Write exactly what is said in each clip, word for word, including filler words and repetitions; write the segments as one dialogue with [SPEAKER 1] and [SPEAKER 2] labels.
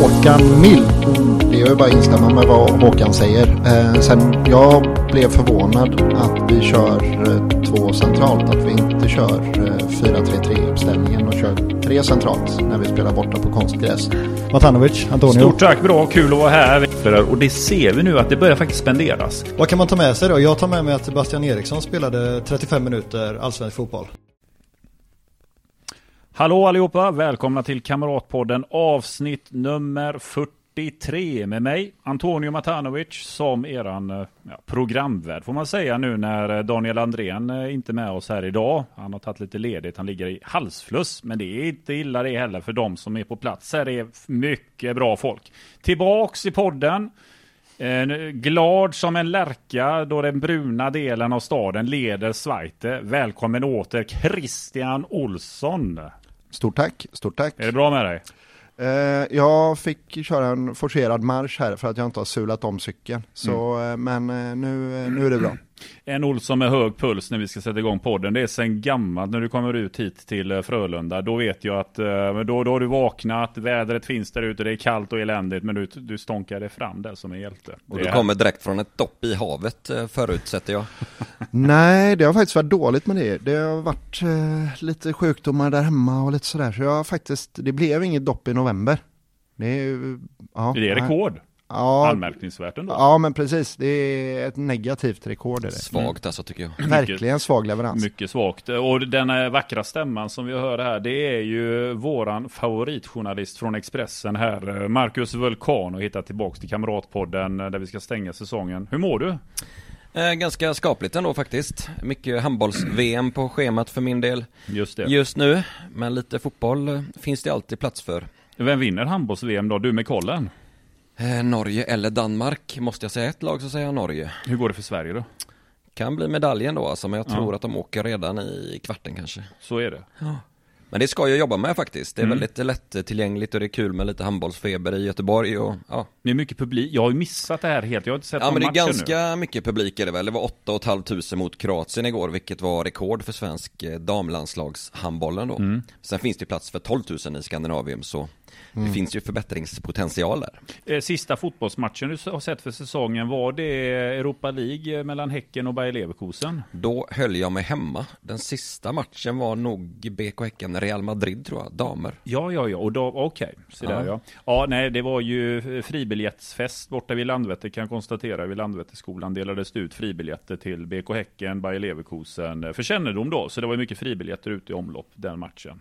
[SPEAKER 1] Håkan Mild. Det är ju bara att instämma med vad Håkan säger. Eh, sen jag blev förvånad att vi kör eh, två centralt. Att vi inte kör eh, fyra tre tre-uppställningen och kör tre centralt när vi spelar borta på konstgräs.
[SPEAKER 2] Matanovic, Antonio.
[SPEAKER 3] Stort tack, bra, kul att vara här. Och det ser vi nu att det börjar faktiskt spenderas.
[SPEAKER 2] Vad kan man ta med sig då? Jag tar med mig att Sebastian Eriksson spelade trettiofem minuter allsvensk fotboll.
[SPEAKER 3] Hallå allihopa, välkomna till Kamratpodden avsnitt nummer fyrtiotre med mig, Antonio Matanovic, som eran ja, programvärd får man säga nu när Daniel Andrén är inte med oss här idag. Han har tagit lite ledigt, han ligger i halsfluss, men det är inte illa det heller för de som är på plats. Här är mycket bra folk. Tillbaks i podden. Glad som en lärka då den bruna delen av staden leder Svajte. Välkommen åter Christian Olsson.
[SPEAKER 1] Stort tack, stort tack.
[SPEAKER 3] Är det bra med dig?
[SPEAKER 1] Eh, jag fick köra en forcerad marsch här för att jag inte har sulat om cykeln. Så, mm. Men eh, nu, nu är det bra.
[SPEAKER 3] En Olsson med hög puls när vi ska sätta igång podden. Det är sen gammalt när du kommer ut hit till Frölunda. Då vet jag att då, då har du vaknat, vädret finns där ute, det är kallt och eländigt, men du, du stånkar dig fram där som en hjälte.
[SPEAKER 4] Och du kommer direkt från ett dopp i havet förutsätter jag.
[SPEAKER 1] Nej, det har faktiskt varit dåligt med det. Det har varit eh, lite sjukdomar där hemma och lite sådär. Så jag faktiskt, det blev inget dopp i november. Det är, ja,
[SPEAKER 3] är det rekord?
[SPEAKER 1] Ja,
[SPEAKER 3] anmärkningsvärt ändå.
[SPEAKER 1] Ja, men precis. Det är ett negativt rekord. Är det.
[SPEAKER 4] Svagt alltså tycker jag.
[SPEAKER 1] Verkligen svag leverans.
[SPEAKER 3] Mycket svagt. Och den vackra stämman som vi hör här, det är ju våran favoritjournalist från Expressen här, Marcus Vulcano, hittat tillbaka till Kamratpodden där vi ska stänga säsongen. Hur mår du?
[SPEAKER 4] Eh, ganska skapligt ändå faktiskt. Mycket handbolls-V M på schemat för min del.
[SPEAKER 3] Just det.
[SPEAKER 4] Just nu, men lite fotboll finns det alltid plats för.
[SPEAKER 3] Vem vinner handbolls-V M då? Du med kollen?
[SPEAKER 4] Eh, Norge eller Danmark, måste jag säga ett lag så säger jag Norge.
[SPEAKER 3] Hur går det för Sverige då?
[SPEAKER 4] Kan bli medaljen då alltså, men jag tror
[SPEAKER 3] ja.
[SPEAKER 4] att de åker redan i kvarten kanske.
[SPEAKER 3] Så är det.
[SPEAKER 4] Ja. Men det ska jag jobba med faktiskt. Det är
[SPEAKER 3] mm.
[SPEAKER 4] väldigt lätt tillgängligt och det är kul med lite handbollsfeber i Göteborg och ja.
[SPEAKER 3] Det är mycket publik. Jag har ju missat det här helt. Jag har inte sett
[SPEAKER 4] ja, men det är ganska
[SPEAKER 3] nu.
[SPEAKER 4] mycket publik är det väl. Det var åtta och ett halvt tusen mot Kroatien igår, vilket var rekord för svensk damlandslagshandbollen då. Mm. Sen finns det plats för tolv tusen i Skandinavien, så mm. det finns ju förbättringspotential där.
[SPEAKER 3] Sista fotbollsmatchen du har sett för säsongen, var det Europa League mellan Häcken och Bayer Leverkusen?
[SPEAKER 4] Då höll jag mig hemma. Den sista matchen var nog B K Häcken Real Madrid tror jag, damer.
[SPEAKER 3] Ja, ja, ja. Och då, okej. Okay. Så där, ja. Ja, nej, det var ju fribiljettsfest borta vid Landvetter, kan jag konstatera. Vid Landvetterskolan delades det ut fribiljetter till B K Häcken, Bayer Leverkusen för kännedom då. Så det var mycket fribiljetter ute i omlopp den matchen.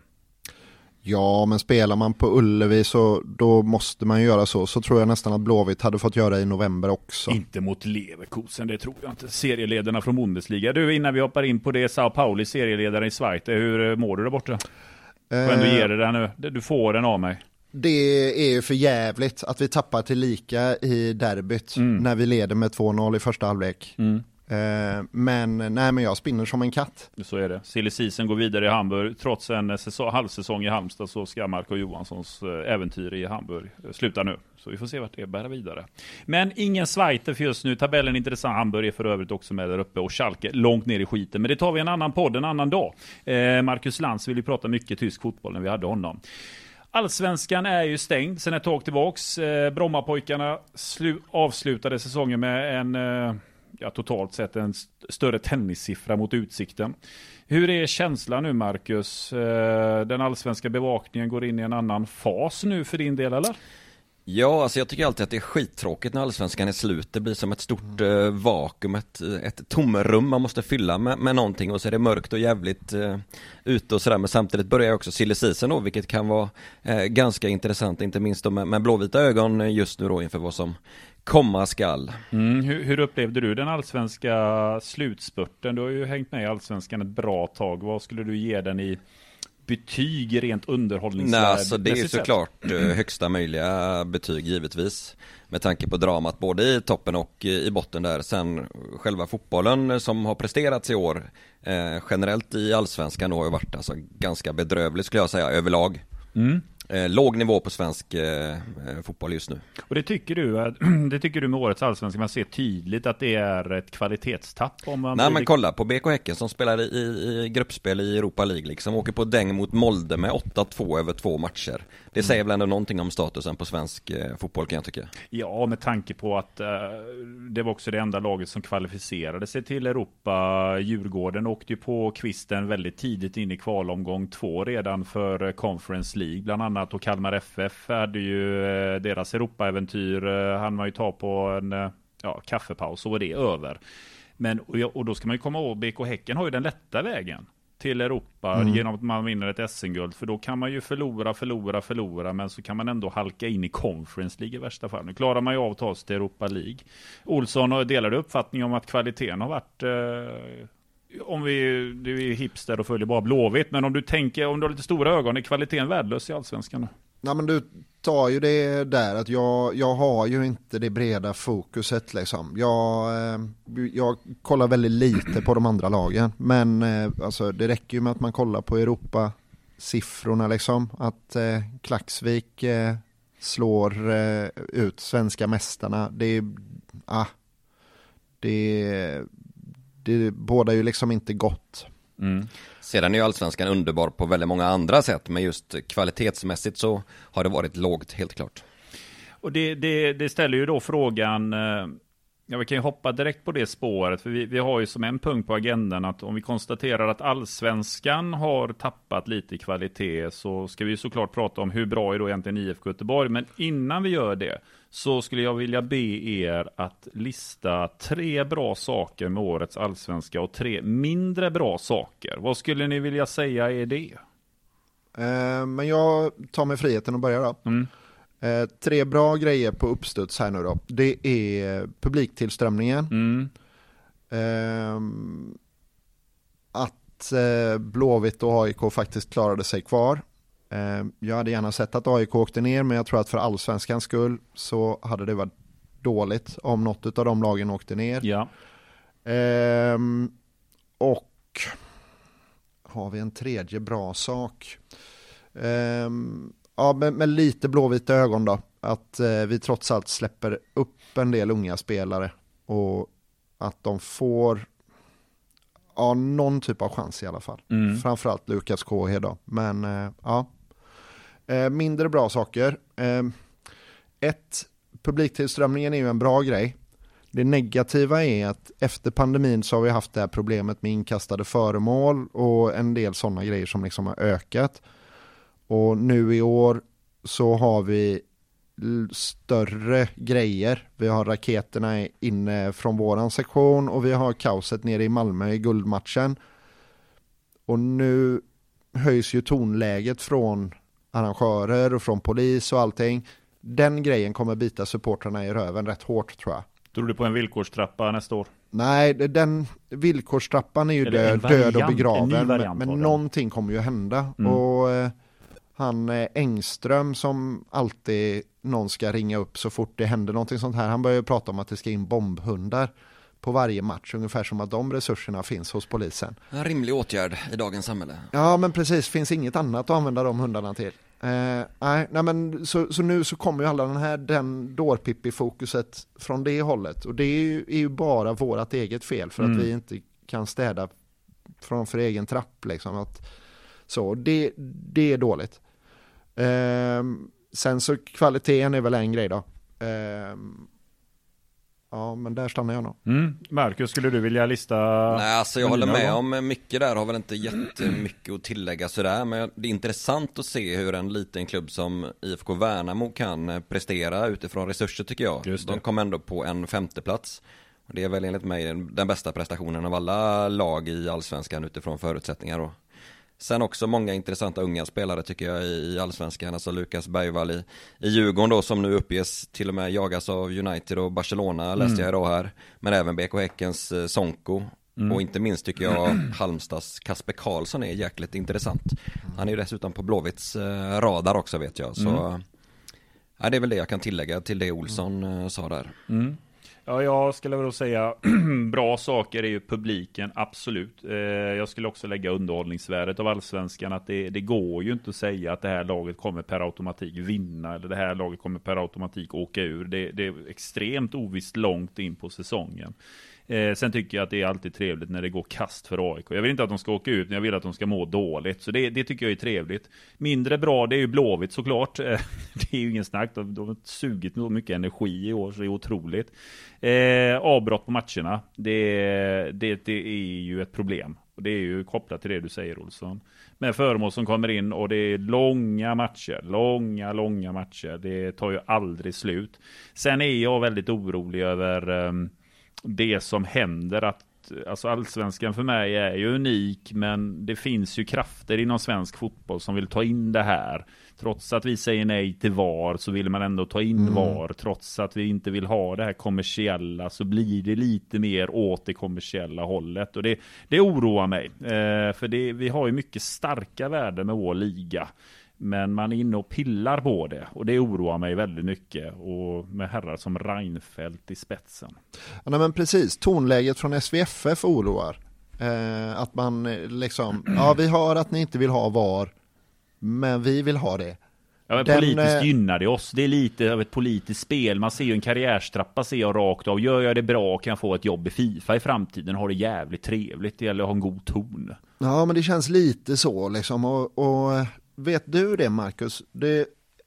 [SPEAKER 1] Ja, men spelar man på Ullevi så då måste man ju göra så. Så tror jag nästan att Blåvitt hade fått göra i november också.
[SPEAKER 3] Inte mot Leverkusen, det tror jag inte. Serieledarna från Bundesliga. Du, innan vi hoppar in på det, Sao Pauli, serieledare i Schweiz. Hur mår du där borta? Eh, får ändå ge det där nu. Du får den av mig.
[SPEAKER 1] Det är ju för jävligt att vi tappar till lika i derbyt mm. när vi leder med två noll i första halvlek. Mm. Men, nej, men jag spinner som en katt.
[SPEAKER 3] Så är det. Silly Season går vidare i Hamburg. Trots en säsong, halvsäsong i Halmstad så ska Marco Johanssons äventyr i Hamburg sluta nu. Så vi får se vart det bär vidare. Men ingen Schweiz för just nu. Tabellen är intressant. Hamburg är för övrigt också med där uppe. Och Schalke långt ner i skiten. Men det tar vi en annan podd en annan dag. eh, Marcus Lantz vill ju prata mycket tysk fotboll när vi hade honom. Allsvenskan är ju stängd sen ett tag tillbaks. eh, Brommapojkarna slu- avslutade säsongen med en... Eh, Ja, totalt sett en st- större tennissiffra mot Utsikten. Hur är känslan nu, Marcus? Eh, den allsvenska bevakningen går in i en annan fas nu för din del, eller?
[SPEAKER 4] Ja, alltså jag tycker alltid att det är skittråkigt när allsvenskan är slut. Det blir som ett stort eh, vakuum, ett, ett tomrum man måste fylla med, med någonting. Och så är det mörkt och jävligt eh, ute och sådär. Men samtidigt börjar också silly season då, vilket kan vara eh, ganska intressant. Inte minst då med, med blåvita ögon just nu då inför vad som komma skall.
[SPEAKER 3] Mm, hur, hur upplevde du den allsvenska slutspurten? Du har ju hängt med i allsvenskan ett bra tag. Vad skulle du ge den i betyg rent underhållningsvärd?
[SPEAKER 4] Nej, alltså det är ju såklart högsta möjliga betyg givetvis. Med tanke på dramat både i toppen och i botten där. Sen själva fotbollen som har presterats i år eh, generellt i allsvenskan har ju varit alltså ganska bedrövlig skulle jag säga överlag.
[SPEAKER 3] Mm.
[SPEAKER 4] eh, låg nivå på svensk eh, fotboll just nu.
[SPEAKER 3] Och det tycker du, det tycker du med årets allsvenska, man ser tydligt att det är ett kvalitetstapp? Om man
[SPEAKER 4] Nej
[SPEAKER 3] blir...
[SPEAKER 4] men kolla på B K Häcken som spelar i, i gruppspel i Europa League liksom, åker på däng mot Molde med åtta två över två matcher. Det säger väl ändå någonting om statusen på svensk eh, fotboll kan jag tycka.
[SPEAKER 3] Ja, med tanke på att eh, det var också det enda laget som kvalificerade sig till Europa. Djurgården åkte ju på kvisten väldigt tidigt in i kvalomgång två redan för Conference League bland annat, och Kalmar F F hade ju eh, deras Europa-äventyr, eh, han var ju ta på en eh, ja, kaffepaus och det är över. Men, och, och då ska man ju komma ihåg, B K Häcken har ju den lätta vägen till Europa mm. genom att man vinner ett S M-guld, för då kan man ju förlora, förlora, förlora, men så kan man ändå halka in i Conference League i värsta fall. Nu klarar man ju av att ta sig till Europa League. Olsson, delar du uppfattning om att kvaliteten har varit eh, om vi, du är hipster och följer bara Blåvitt, men om du tänker, om du har lite stora ögon, är kvaliteten värdelös i allsvenskan nu?
[SPEAKER 1] Nej, men du tar ju det där att jag, jag har ju inte det breda fokuset liksom. Jag, jag kollar väldigt lite på de andra lagen, men alltså, det räcker ju med att man kollar på Europa-siffrorna liksom. Att eh, Klaxvik eh, slår eh, ut svenska mästarna. Det, ah, det, det båda ju liksom inte gott.
[SPEAKER 4] Mm. Sedan är ju allsvenskan underbar på väldigt många andra sätt, men just kvalitetsmässigt så har det varit lågt helt klart.
[SPEAKER 3] Och det, det, det ställer ju då frågan, ja, vi kan ju hoppa direkt på det spåret, för vi, vi har ju som en punkt på agendan att om vi konstaterar att allsvenskan har tappat lite kvalitet, så ska vi såklart prata om hur bra är då egentligen I F K Göteborg, men innan vi gör det så skulle jag vilja be er att lista tre bra saker med årets allsvenska och tre mindre bra saker. Vad skulle ni vilja säga är det?
[SPEAKER 1] Eh, men jag tar mig friheten att börja då. Mm. Eh, tre bra grejer på uppstuds här nu då. Det är publiktillströmningen. Mm. Eh, att eh, Blåvitt och A I K faktiskt klarade sig kvar. Eh, jag hade gärna sett att A I K åkte ner, men jag tror att för allsvenskans skull så hade det varit dåligt om något av de lagen åkte ner.
[SPEAKER 3] Ja.
[SPEAKER 1] Eh, och har vi en tredje bra sak? Eh, Ja, med, med lite blåvita ögon då. Att eh, vi trots allt släpper upp en del unga spelare. Och att de får ja, någon typ av chans i alla fall. Mm. Framförallt Lukas K H då. Men eh, ja. Eh, mindre bra saker. Eh, ett, publiktillströmningen är ju en bra grej. Det negativa är att efter pandemin så har vi haft det här problemet med inkastade föremål. Och en del sådana grejer som liksom har ökat. Och nu i år så har vi större grejer. Vi har raketerna inne från våran sektion och vi har kaoset nere i Malmö i guldmatchen. Och nu höjs ju tonläget från arrangörer och från polis och allting. Den grejen kommer bita supportrarna i röven rätt hårt, tror jag.
[SPEAKER 3] Tror du på en villkorstrappa nästa år?
[SPEAKER 1] Nej, den villkorstrappan är ju död, död och begraven. Men, men någonting kommer ju hända. Mm. Och eh, han eh, Engström som alltid någon ska ringa upp så fort det händer någonting sånt här. Han börjar ju prata om att det ska in bombhundar på varje match. Ungefär som att de resurserna finns hos polisen.
[SPEAKER 4] En rimlig åtgärd i dagens samhälle.
[SPEAKER 1] Ja, men precis. Finns inget annat att använda de hundarna till. Eh, nej, nej, men så, så nu så kommer ju alla den här den dårpippi-fokuset från det hållet. Och det är ju, är ju bara vårat eget fel för mm. att vi inte kan städa från för egen trapp. Liksom. Att, så det, det är dåligt. Eh, sen så kvaliteten är väl en grej då. Eh, Ja, men där stannar jag nog.
[SPEAKER 3] Mm. Marcus, skulle du vilja lista?
[SPEAKER 4] Nej, alltså jag håller med om mycket där. Har väl inte jättemycket att tillägga sådär. Men det är intressant att se hur en liten klubb som I F K Värnamo kan prestera utifrån resurser, tycker jag. De kom ändå på en femteplats. Och det är väl enligt mig den bästa prestationen av alla lag i Allsvenskan utifrån förutsättningar då. Sen också många intressanta unga spelare tycker jag i Allsvenskan. Alltså Lukas Bergvall i, i Djurgården då, som nu uppges till och med jagas av United och Barcelona, läste mm. jag idag här. Men även B K Häckens eh, Sonko. Mm. Och inte minst tycker jag Halmstads Kasper Karlsson är jäkligt intressant. Han är ju dessutom på Blåvitts eh, radar också, vet jag. Så mm. ja, det är väl det jag kan tillägga till det Olsson eh, sa där.
[SPEAKER 3] Mm. Ja, jag skulle väl säga bra saker är ju publiken, absolut. Eh, jag skulle också lägga underhållningsvärdet av allsvenskan, att det, det går ju inte att säga att det här laget kommer per automatik vinna eller det här laget kommer per automatik åka ur. Det, det är extremt ovisst långt in på säsongen. Eh, sen tycker jag att det är alltid trevligt när det går kast för A I K. Jag vill inte att de ska åka ut, men jag vill att de ska må dåligt. Så det, det tycker jag är trevligt. Mindre bra, det är ju Blåvitt såklart. Eh, det är ju ingen snack. De, de har sugit mycket energi i år, så det är otroligt. Eh, avbrott på matcherna, det, det, det är ju ett problem. Och det är ju kopplat till det du säger, Olsson. Med föremål som kommer in och det är långa matcher. Långa, långa matcher. Det tar ju aldrig slut. Sen är jag väldigt orolig över... Um, det som händer, att alltså allsvenskan för mig är ju unik, men det finns ju krafter inom svensk fotboll som vill ta in det här. Trots att vi säger nej till V A R så vill man ändå ta in mm. V A R. Trots att vi inte vill ha det här kommersiella så blir det lite mer åt det kommersiella hållet. Och det, det oroar mig. Eh, för det, vi har ju mycket starka värden med vår liga. Men man är inne och pillar på det. Och det oroar mig väldigt mycket. Och med herrar som Reinfeldt i spetsen.
[SPEAKER 1] Ja, nej, men precis. Tonläget från S V F F oroar. Eh, att man liksom... Ja, vi har att ni inte vill ha V A R. Men vi vill ha det.
[SPEAKER 3] Ja, men
[SPEAKER 1] Den,
[SPEAKER 3] politiskt gynnar det oss. Det är lite av ett politiskt spel. Man ser ju en karriärstrappa, ser jag rakt av. Gör jag det bra kan jag få ett jobb i FIFA i framtiden. Har det jävligt trevligt. Det gäller att ha en god ton.
[SPEAKER 1] Ja, men det känns lite så liksom. Och... och vet du det, Marcus? Det,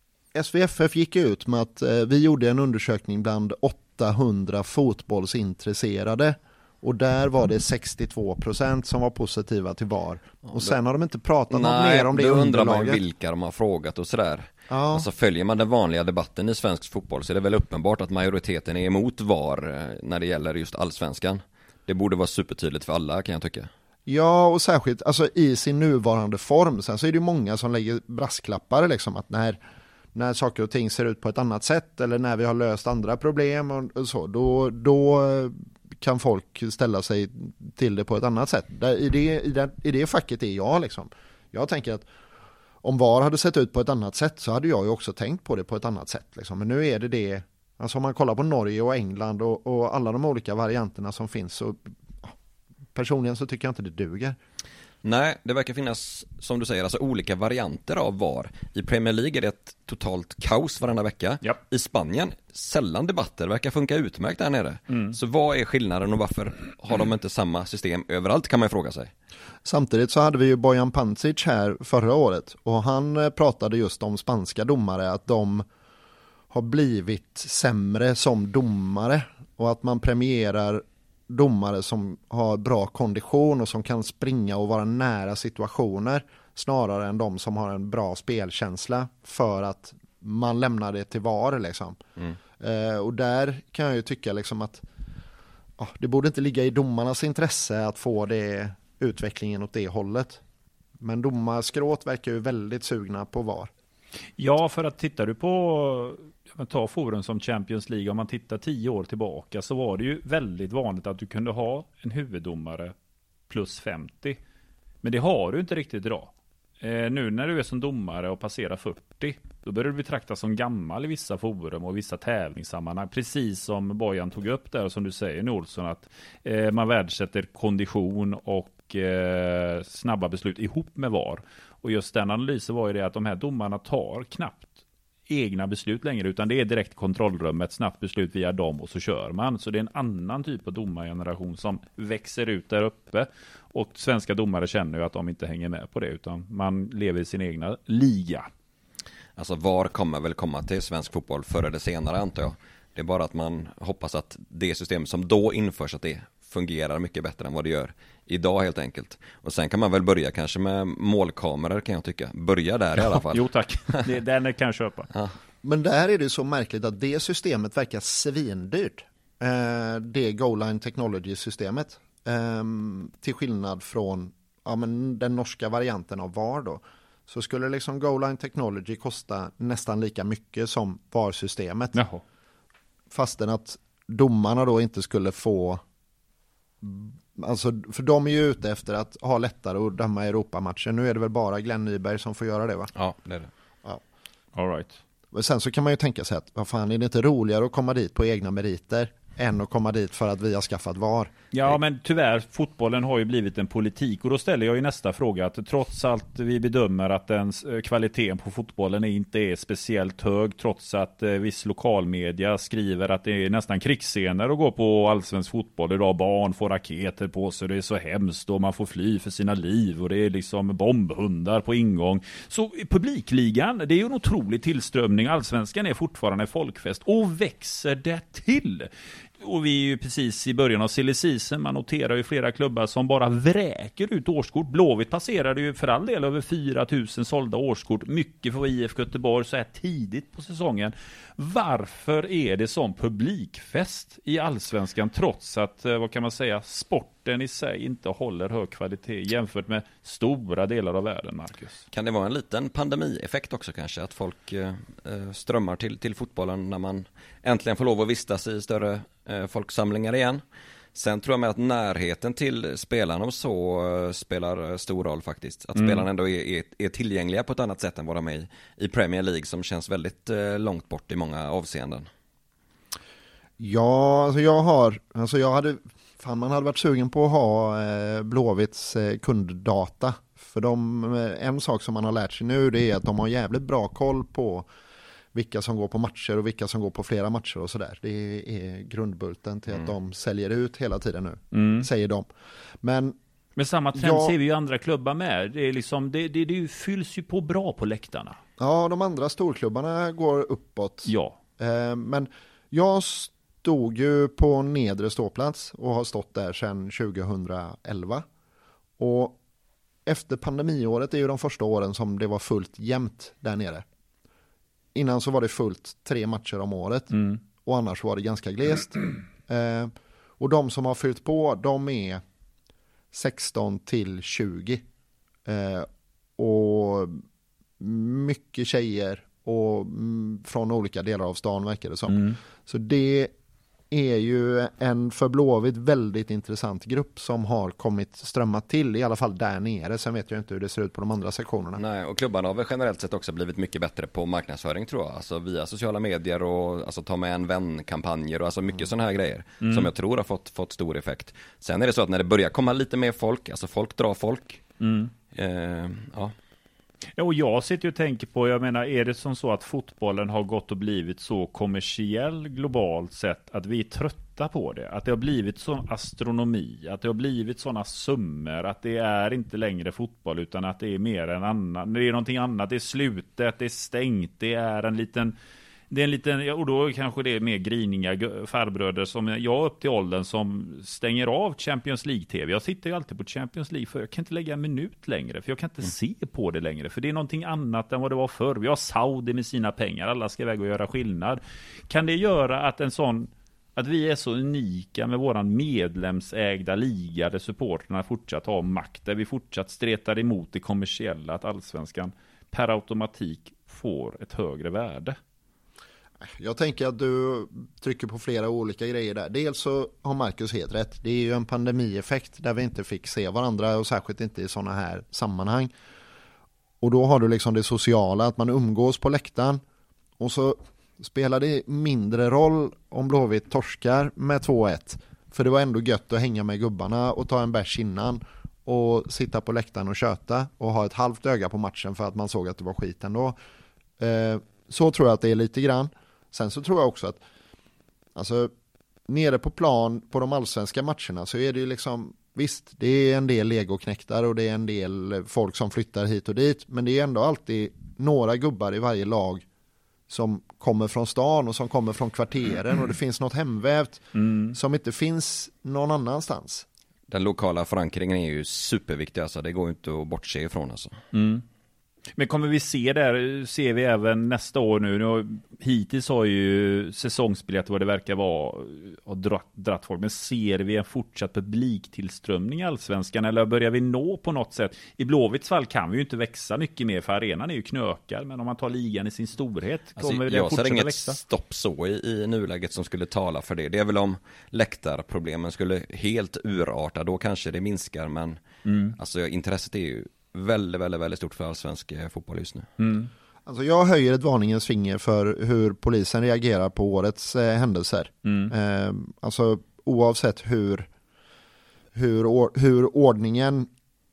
[SPEAKER 1] S V F F gick ut med att eh, vi gjorde en undersökning bland åttahundra fotbollsintresserade och där var det sextiotvå procent som var positiva till V A R. Och sen har de inte pratat
[SPEAKER 4] Nej,
[SPEAKER 1] något mer om det
[SPEAKER 4] underlaget. Nej, då undrar man
[SPEAKER 1] underlaget.
[SPEAKER 4] vilka de har frågat och sådär.
[SPEAKER 1] Ja.
[SPEAKER 4] Alltså följer man den vanliga debatten i svensk fotboll så är det väl uppenbart att majoriteten är emot V A R när det gäller just allsvenskan. Det borde vara supertydligt för alla, kan jag tycka.
[SPEAKER 1] Ja, och särskilt alltså, i sin nuvarande form. Sen så är det ju många som lägger brasklappar liksom, att när, när saker och ting ser ut på ett annat sätt eller när vi har löst andra problem och, och så, då, då kan folk ställa sig till det på ett annat sätt. Där, i, det, i, det, I det facket är jag liksom. Jag tänker att om V A R hade sett ut på ett annat sätt så hade jag ju också tänkt på det på ett annat sätt. Liksom. Men nu är det det, alltså om man kollar på Norge och England och, och alla de olika varianterna som finns så personligen så tycker jag inte det duger.
[SPEAKER 4] Nej, det verkar finnas, som du säger, alltså olika varianter av V A R. I Premier League är det ett totalt kaos varenda vecka.
[SPEAKER 3] Yep.
[SPEAKER 4] I Spanien, sällan debatter, verkar funka utmärkt där nere.
[SPEAKER 3] Mm.
[SPEAKER 4] Så vad är skillnaden och varför har de inte samma system överallt, kan man fråga sig.
[SPEAKER 1] Samtidigt så hade vi ju Bojan Pancic här förra året och han pratade just om spanska domare, att de har blivit sämre som domare och att man premierar domare som har bra kondition och som kan springa och vara nära situationer snarare än de som har en bra spelkänsla för att man lämnar det till V A R liksom. Mm. Eh, och där kan jag ju tycka liksom att oh, det borde inte ligga i domarnas intresse att få det utvecklingen åt det hållet. Men domarskråt verkar ju väldigt sugna på V A R.
[SPEAKER 3] Ja, för att tittar du på ta forum som Champions League, om man tittar tio år tillbaka så var det ju väldigt vanligt att du kunde ha en huvuddomare plus femtio. Men det har du inte riktigt idag. Eh, nu när du är som domare och passerar fyrtio, då börjar du betraktas som gammal i vissa forum och vissa tävlingssammanhang. Precis som Bojan tog upp där, som du säger nu, Olsson, att eh, man värdesätter kondition och eh, snabba beslut ihop med V A R. Och just den analysen var ju det att de här domarna tar knappt egna beslut längre, utan det är direkt kontrollrum, ett snabbt beslut via dem och så kör man. Så det är en annan typ av domargeneration som växer ut där uppe, och svenska domare känner ju att de inte hänger med på det, utan man lever i sin egna liga.
[SPEAKER 4] Alltså V A R kommer väl komma till svensk fotboll förr eller senare, antar jag. Det är bara att man hoppas att det system som då införs, att det fungerar mycket bättre än vad det gör idag helt enkelt. Och sen kan man väl börja kanske med målkameror, kan jag tycka. Börja där ja, i alla fall.
[SPEAKER 3] Jo tack, det, den kan jag köpa.
[SPEAKER 4] Ja.
[SPEAKER 1] Men där är det så märkligt att det systemet verkar svindyrt. Eh, det Goal Line Technology-systemet. Eh, till skillnad från ja, men den norska varianten av V A R då. Så skulle liksom Goal Line Technology kosta nästan lika mycket som V A R-systemet.
[SPEAKER 3] Jaha.
[SPEAKER 1] Fastän att domarna då inte skulle få... Alltså, för de är ju ute efter att ha lättare att döma Europamatcher. Nu är det väl bara Glenn Nyberg som får göra det, va?
[SPEAKER 4] Ja, det är det.
[SPEAKER 1] Ja.
[SPEAKER 3] All right.
[SPEAKER 1] Men sen så kan man ju tänka sig att vad fan, är det inte roligare att komma dit på egna meriter än att komma dit för att vi har skaffat V A R.
[SPEAKER 3] Ja, men tyvärr, fotbollen har ju blivit en politik och då ställer jag ju nästa fråga att trots allt vi bedömer att den kvaliteten på fotbollen inte är speciellt hög, trots att eh, viss lokalmedia skriver att det är nästan krigsscener att gå på allsvensk fotboll idag, barn får raketer på sig, det är så hemskt och man får fly för sina liv och det är liksom bombhundar på ingång. Så publikligan, det är ju en otrolig tillströmning, allsvenskan är fortfarande folkfest och växer det till. Och vi är ju precis i början av silly season. Man noterar ju flera klubbar som bara vräker ut årskort. Blåvitt passerade ju för all del över fyra tusen sålda årskort. Mycket för I F K Göteborg så här tidigt på säsongen. Varför är det som publikfest i allsvenskan trots att, vad kan man säga, sporten i sig inte håller hög kvalitet jämfört med stora delar av världen, Marcus?
[SPEAKER 4] Kan det vara en liten pandemieffekt också kanske? Att folk eh, strömmar till, till fotbollen när man äntligen får lov att vistas i större eh, folksamlingar igen. Sen tror jag med att närheten till spelarna och så uh, spelar stor roll faktiskt. Att mm. spelarna ändå är, är, är tillgängliga på ett annat sätt än vad de är i, i Premier League som känns väldigt uh, långt bort i många avseenden.
[SPEAKER 1] Ja, alltså jag har, alltså jag hade, fan man hade varit sugen på att ha eh, Blåvitts eh, kunddata. För de, eh, en sak som man har lärt sig nu det är att de har jävligt bra koll på vilka som går på matcher och vilka som går på flera matcher och sådär. Det är grundbulten till mm. att de säljer ut hela tiden nu, mm. säger de. Men,
[SPEAKER 3] Men samma trend ja, ser vi ju andra klubbar med. Det, är liksom, det, det, det fylls ju på bra på läktarna.
[SPEAKER 1] Ja, de andra storklubbarna går uppåt.
[SPEAKER 3] Ja.
[SPEAKER 1] Eh, men jag stod ju på nedre ståplats och har stått där sedan tjugohundraelva. Och efter pandemiåret är ju de första åren som det var fullt jämnt där nere. Innan så var det fullt tre matcher om året. Mm. Och annars var det ganska glest. Eh, och de som har fyllt på, de är sexton till tjugo. Eh, och mycket tjejer. Och mm, från olika delar av stan verkar det som. Mm. Så det är ju en för Blåvitt väldigt intressant grupp som har kommit strömmat till, i alla fall där nere. Sen vet jag inte hur det ser ut på de andra sektionerna.
[SPEAKER 4] Nej, och klubbarna har väl generellt sett också blivit mycket bättre på marknadsföring tror jag. Alltså via sociala medier och alltså ta med en vän-kampanjer och alltså mycket mm. sådana här grejer mm. som jag tror har fått, fått stor effekt. Sen är det så att när det börjar komma lite mer folk, alltså folk drar folk. Mm. Eh, ja.
[SPEAKER 3] Ja, och jag sitter och tänker på, jag menar, är det som så att fotbollen har gått och blivit så kommersiell globalt sett att vi är trötta på det? Att det har blivit sån astronomi, att det har blivit såna summor, att det är inte längre fotboll utan att det är mer än annan. Det är någonting annat, det är slutet, det är stängt, det är en liten... Det är en liten, och då kanske det är mer griniga farbröder som jag upp till åldern som stänger av Champions League-tv. Jag sitter ju alltid på Champions League för jag kan inte lägga en minut längre. För jag kan inte mm. se på det längre. För det är någonting annat än vad det var förr. Vi har Saudi med sina pengar. Alla ska iväg och göra skillnad. Kan det göra att en sån, att vi är så unika med våran medlemsägda liga där supporterna fortsatt har makt. Där vi fortsatt stretar emot det kommersiella. Att allsvenskan per automatik får ett högre värde.
[SPEAKER 1] Jag tänker att du trycker på flera olika grejer där. Dels så har Marcus helt rätt. Det är ju en pandemieffekt där vi inte fick se varandra och särskilt inte i sådana här sammanhang. Och då har du liksom det sociala, att man umgås på läktaren och så spelar det mindre roll om Blåvitt torskar med två ett. För det var ändå gött att hänga med gubbarna och ta en bärs innan och sitta på läktaren och köta och ha ett halvt öga på matchen för att man såg att det var skit ändå. Eh, så tror jag att det är lite grann. Sen så tror jag också att alltså, nere på plan på de allsvenska matcherna så är det ju liksom, visst det är en del legoknäktar och det är en del folk som flyttar hit och dit, men det är ändå alltid några gubbar i varje lag som kommer från stan och som kommer från kvarteren och det finns något hemvävt mm. som inte finns någon annanstans.
[SPEAKER 4] Den lokala förankringen är ju superviktig, alltså det går inte att bortse ifrån alltså.
[SPEAKER 3] Mm. Men kommer vi se där, ser vi även nästa år nu, nu hittills har ju säsongsbiljett vad det verkar vara och dratt, dratt folk, men ser vi en fortsatt publiktillströmning i allsvenskan eller börjar vi nå på något sätt? I Blåvitts fall kan vi ju inte växa mycket mer för arenan är ju knökar, men om man tar ligan i sin storhet kommer alltså, det
[SPEAKER 4] jag
[SPEAKER 3] fortsätta
[SPEAKER 4] inget
[SPEAKER 3] växa?
[SPEAKER 4] Stopp så i, i nuläget som skulle tala för det. Det är väl om läktarproblemen skulle helt urarta, då kanske det minskar, men mm. alltså intresset är ju väldigt, väldigt, väldigt stort för allsvensk fotboll just nu.
[SPEAKER 3] Mm.
[SPEAKER 1] Alltså jag höjer ett varningens finger för hur polisen reagerar på årets eh, händelser.
[SPEAKER 3] Mm.
[SPEAKER 1] Eh, alltså oavsett hur, hur, hur ordningen,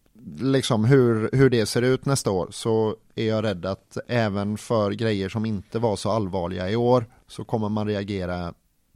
[SPEAKER 1] liksom hur, hur det ser ut nästa år, så är jag rädd att även för grejer som inte var så allvarliga i år så kommer man reagera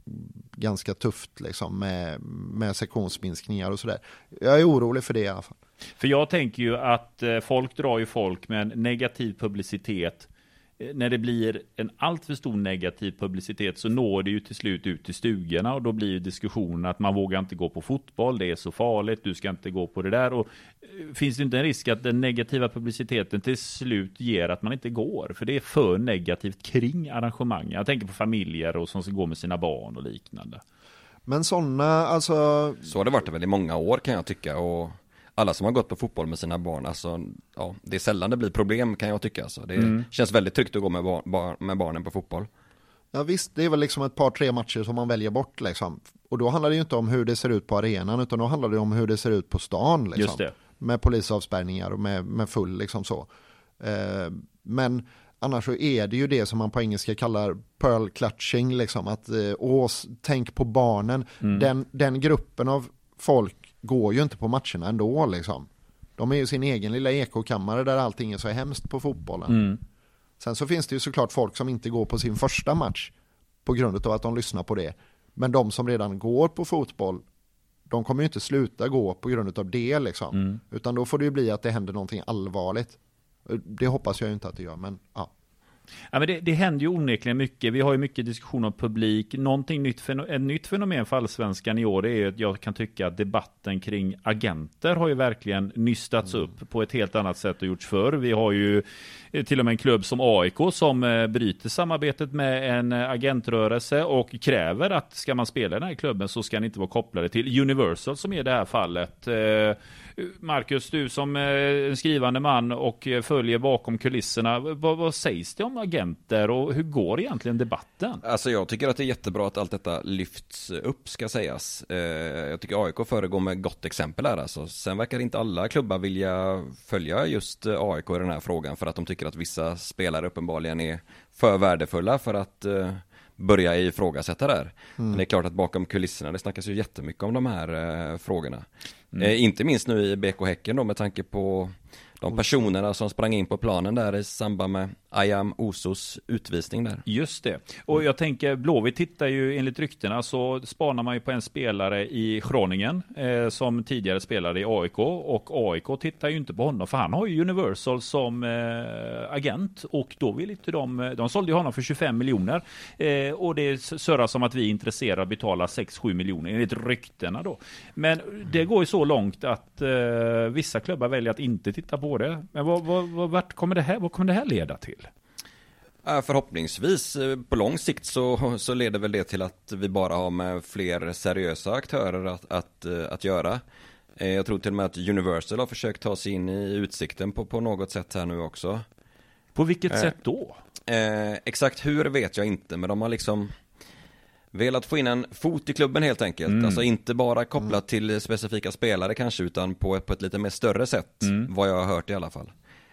[SPEAKER 1] ganska tufft liksom, med, med sektionsminskningar och sådär. Jag är orolig för det i alla fall.
[SPEAKER 3] För jag tänker ju att eh, folk drar ju folk med en negativ publicitet. Eh, när det blir en alltför stor negativ publicitet så når det ju till slut ut till stugorna, och då blir ju diskussionen att man vågar inte gå på fotboll, det är så farligt, du ska inte gå på det där. Och eh, finns det inte en risk att den negativa publiciteten till slut ger att man inte går? För det är för negativt kring arrangemang. Jag tänker på familjer och som ska gå med sina barn och liknande.
[SPEAKER 1] Men sådana, alltså...
[SPEAKER 4] Så har det varit väl i många år kan jag tycka, och alla som har gått på fotboll med sina barn, alltså, ja, det är sällan det blir problem kan jag tycka. Alltså. Det mm. känns väldigt tryggt att gå med, bar- bar- med barnen på fotboll.
[SPEAKER 1] Ja visst, det är väl liksom ett par, tre matcher som man väljer bort liksom. Och då handlar det ju inte om hur det ser ut på arenan, utan då handlar det om hur det ser ut på stan liksom.
[SPEAKER 3] Just det.
[SPEAKER 1] Med polisavspärrningar och med, med full liksom så. Eh, men annars så är det ju det som man på engelska kallar pearl clutching liksom. Att, eh, åh, tänk på barnen. Mm. Den, den gruppen av folk går ju inte på matcherna ändå liksom. De är ju sin egen lilla ekokammare där allting är så hemskt på fotbollen. Mm. Sen så finns det ju såklart folk som inte går på sin första match på grund av att de lyssnar på det. Men de som redan går på fotboll, de kommer ju inte sluta gå på grund av det liksom. Mm. Utan då får det ju bli att det händer någonting allvarligt. Det hoppas jag ju inte att det gör, men ja.
[SPEAKER 3] Ja, men det, det händer ju onekligen mycket. Vi har ju mycket diskussion om publik. Någonting nytt, ett nytt fenomen för allsvenskan i år är att jag kan tycka att debatten kring agenter har ju verkligen nystats mm. upp på ett helt annat sätt och gjorts förr. Vi har ju till och med en klubb som A I K som bryter samarbetet med en agentrörelse och kräver att ska man spela i den här klubben så ska den inte vara kopplade till Universal som är det här fallet. Marcus, du som en skrivande man och följer bakom kulisserna, vad, vad sägs det om agenter och hur går egentligen debatten?
[SPEAKER 4] Alltså jag tycker att det är jättebra att allt detta lyfts upp ska sägas. Jag tycker A I K föregår med gott exempel här alltså. Sen verkar inte alla klubbar vilja följa just A I K i den här frågan för att de tycker att vissa spelare uppenbarligen är för värdefulla för att börja ifrågasätta där. Mm. Men det är klart att bakom kulisserna det snackas ju jättemycket om de här eh, frågorna. Mm. Eh, inte minst nu i B K Häcken då med tanke på de personerna som sprang in på planen där i samband med Ayam Osos utvisning där.
[SPEAKER 3] Just det. Och jag tänker, Blåvitt tittar ju enligt ryktena så spanar man ju på en spelare i Groningen eh, som tidigare spelade i A I K och A I K tittar ju inte på honom för han har ju Universal som eh, agent och då vill inte de, de sålde ju honom för tjugofem miljoner eh, och det surrar som att vi är intresserade att betala sex sju miljoner enligt ryktena då. Men det går ju så långt att eh, vissa klubbar väljer att inte titta på det. Men vad, vad, vad, vart kommer det här, vad kommer det här leda till?
[SPEAKER 4] Förhoppningsvis på lång sikt så, så leder väl det till att vi bara har med fler seriösa aktörer att, att, att göra. Jag tror till och med att Universal har försökt ta sig in i utsikten på, på något sätt här nu också.
[SPEAKER 3] På vilket
[SPEAKER 4] eh,
[SPEAKER 3] sätt då?
[SPEAKER 4] Eh, exakt hur vet jag inte, men de har liksom velat få in en fot i klubben helt enkelt. Mm. Alltså inte bara kopplat mm. till specifika spelare kanske, utan på, på ett lite mer större sätt, mm. vad jag har hört i alla fall.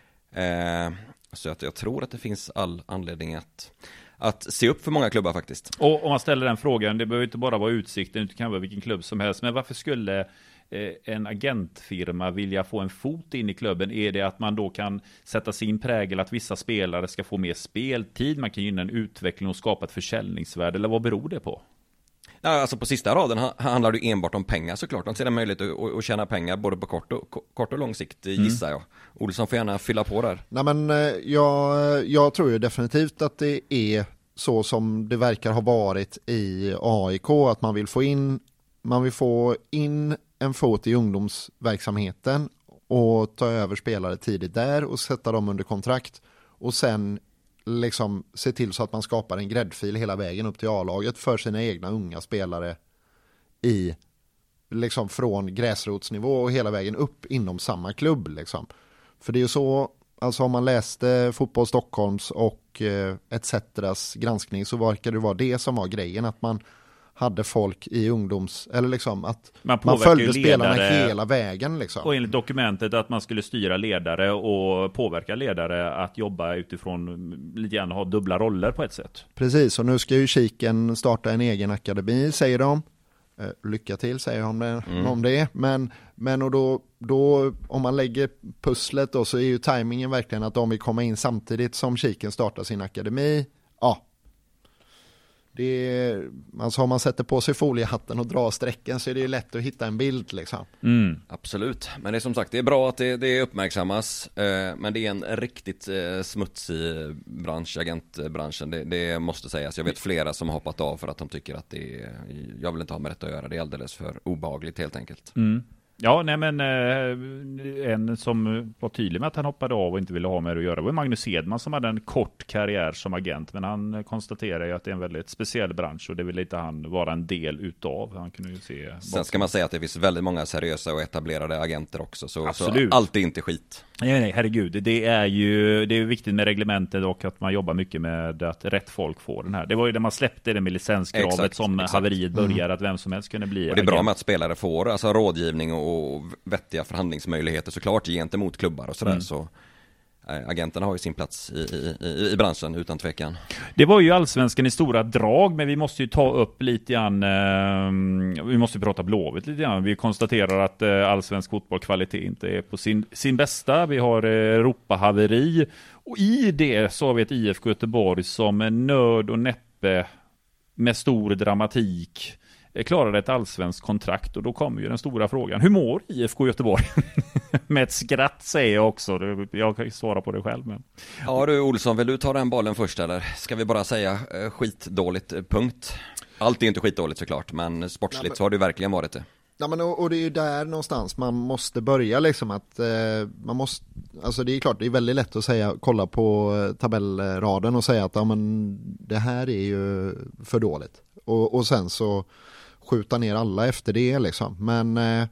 [SPEAKER 4] Eh, Så att jag tror att det finns all anledning att, att se upp för många klubbar faktiskt.
[SPEAKER 3] Och om man ställer den frågan, det behöver inte bara vara Utsikten, det kan vara vilken klubb som helst. Men varför skulle eh, en agentfirma vilja få en fot in i klubben? Är det att man då kan sätta sin prägel att vissa spelare ska få mer speltid? Man kan gynna en utveckling och skapa ett försäljningsvärde, eller vad beror det på?
[SPEAKER 4] Ja, alltså på sista raden handlar det enbart om pengar såklart. De ser en möjlighet att, att tjäna pengar både på kort och, kort och lång sikt, gissar jag. Olsson får gärna fylla på där.
[SPEAKER 1] Nej, men jag, jag tror ju definitivt att det är så som det verkar ha varit i A I K, att man vill få in, man vill få in en fot i ungdomsverksamheten och ta över spelare tidigt där och sätta dem under kontrakt och sen liksom se till så att man skapar en gräddfil hela vägen upp till A-laget för sina egna unga spelare i liksom från gräsrotsnivå och hela vägen upp inom samma klubb liksom. För det är ju så, alltså om man läste Fotboll Stockholms och eh, et ceteras granskning så verkar det vara det som var grejen, att man hade folk i ungdoms... Eller liksom att
[SPEAKER 3] Man
[SPEAKER 1] man,
[SPEAKER 3] påverkar
[SPEAKER 1] följde
[SPEAKER 3] ju
[SPEAKER 1] spelarna
[SPEAKER 3] ledare.
[SPEAKER 1] hela vägen. Liksom.
[SPEAKER 3] Och enligt dokumentet att man skulle styra ledare och påverka ledare att jobba utifrån lite grann ha dubbla roller på ett sätt.
[SPEAKER 1] Precis, och nu ska ju Kiken starta en egen akademi, säger de. Eh, lycka till, säger de det,
[SPEAKER 4] Mm.
[SPEAKER 1] om det. Men, men och då, då, om man lägger pusslet då, så är ju tajmingen verkligen att de vill komma in samtidigt som Kiken startar sin akademi. Ja. Det är, alltså om man sätter på sig foliehatten och drar strecken så är det ju lätt att hitta en bild liksom.
[SPEAKER 3] Mm.
[SPEAKER 4] Absolut, men det är som sagt, det är bra att det, det uppmärksammas, eh, men det är en riktigt eh, smutsig bransch, agentbranschen, det, det måste sägas. Jag vet flera som har hoppat av för att de tycker att det är, jag vill inte ha med detta att göra, det är alldeles för obehagligt helt enkelt.
[SPEAKER 3] Mm. Ja, nej men eh, en som var tydlig med att han hoppade av och inte ville ha med det att göra var Magnus Hedman som hade en kort karriär som agent, men han konstaterar ju att det är en väldigt speciell bransch och det vill inte han vara en del utav. Han kunde ju se.
[SPEAKER 4] Sen ska man säga att det finns väldigt många seriösa och etablerade agenter också, så,
[SPEAKER 3] Absolut.
[SPEAKER 4] så allt är inte skit.
[SPEAKER 3] Nej, nej, herregud. Det är ju det är viktigt med reglementet och att man jobbar mycket med att rätt folk får den här. Det var ju när man släppte det med licenskravet
[SPEAKER 4] Exakt,
[SPEAKER 3] som
[SPEAKER 4] exakt.
[SPEAKER 3] haveriet började, att vem som helst kunde bli
[SPEAKER 4] Och det är bra
[SPEAKER 3] agent.
[SPEAKER 4] med att spelare får alltså rådgivning och och vettiga förhandlingsmöjligheter såklart gentemot klubbar och sådär,
[SPEAKER 3] Mm.
[SPEAKER 4] så äh, agenterna har ju sin plats i, i, i, i branschen utan tvekan.
[SPEAKER 3] Det var ju allsvenskan i stora drag, men vi måste ju ta upp lite grann, eh, vi måste prata Blåvitt lite grann. Vi konstaterar att eh, allsvensk fotbollskvalitet inte är på sin, sin bästa. Vi har eh, Europa-haveri och i det så har vi ett I F K Göteborg som är nörd och näppe med stor dramatik klarade ett allsvenskt kontrakt, och då kommer ju den stora frågan. Hur mår I F K Göteborg? Med ett skratt säger jag också. Jag kan svara på det själv. Men...
[SPEAKER 4] Ja du Olsson, vill du ta den bollen först eller? Ska vi bara säga eh, skitdåligt, eh, punkt. Allt är ju inte skitdåligt såklart, men sportsligt
[SPEAKER 1] Nej, men...
[SPEAKER 4] så har det verkligen varit det.
[SPEAKER 1] Ja, men och, och det är ju där någonstans man måste börja liksom att eh, man måste, alltså det är klart det är väldigt lätt att säga, kolla på eh, tabellraden och säga att ja, men det här är ju för dåligt och, och sen så skjuta ner alla efter det liksom, men eh,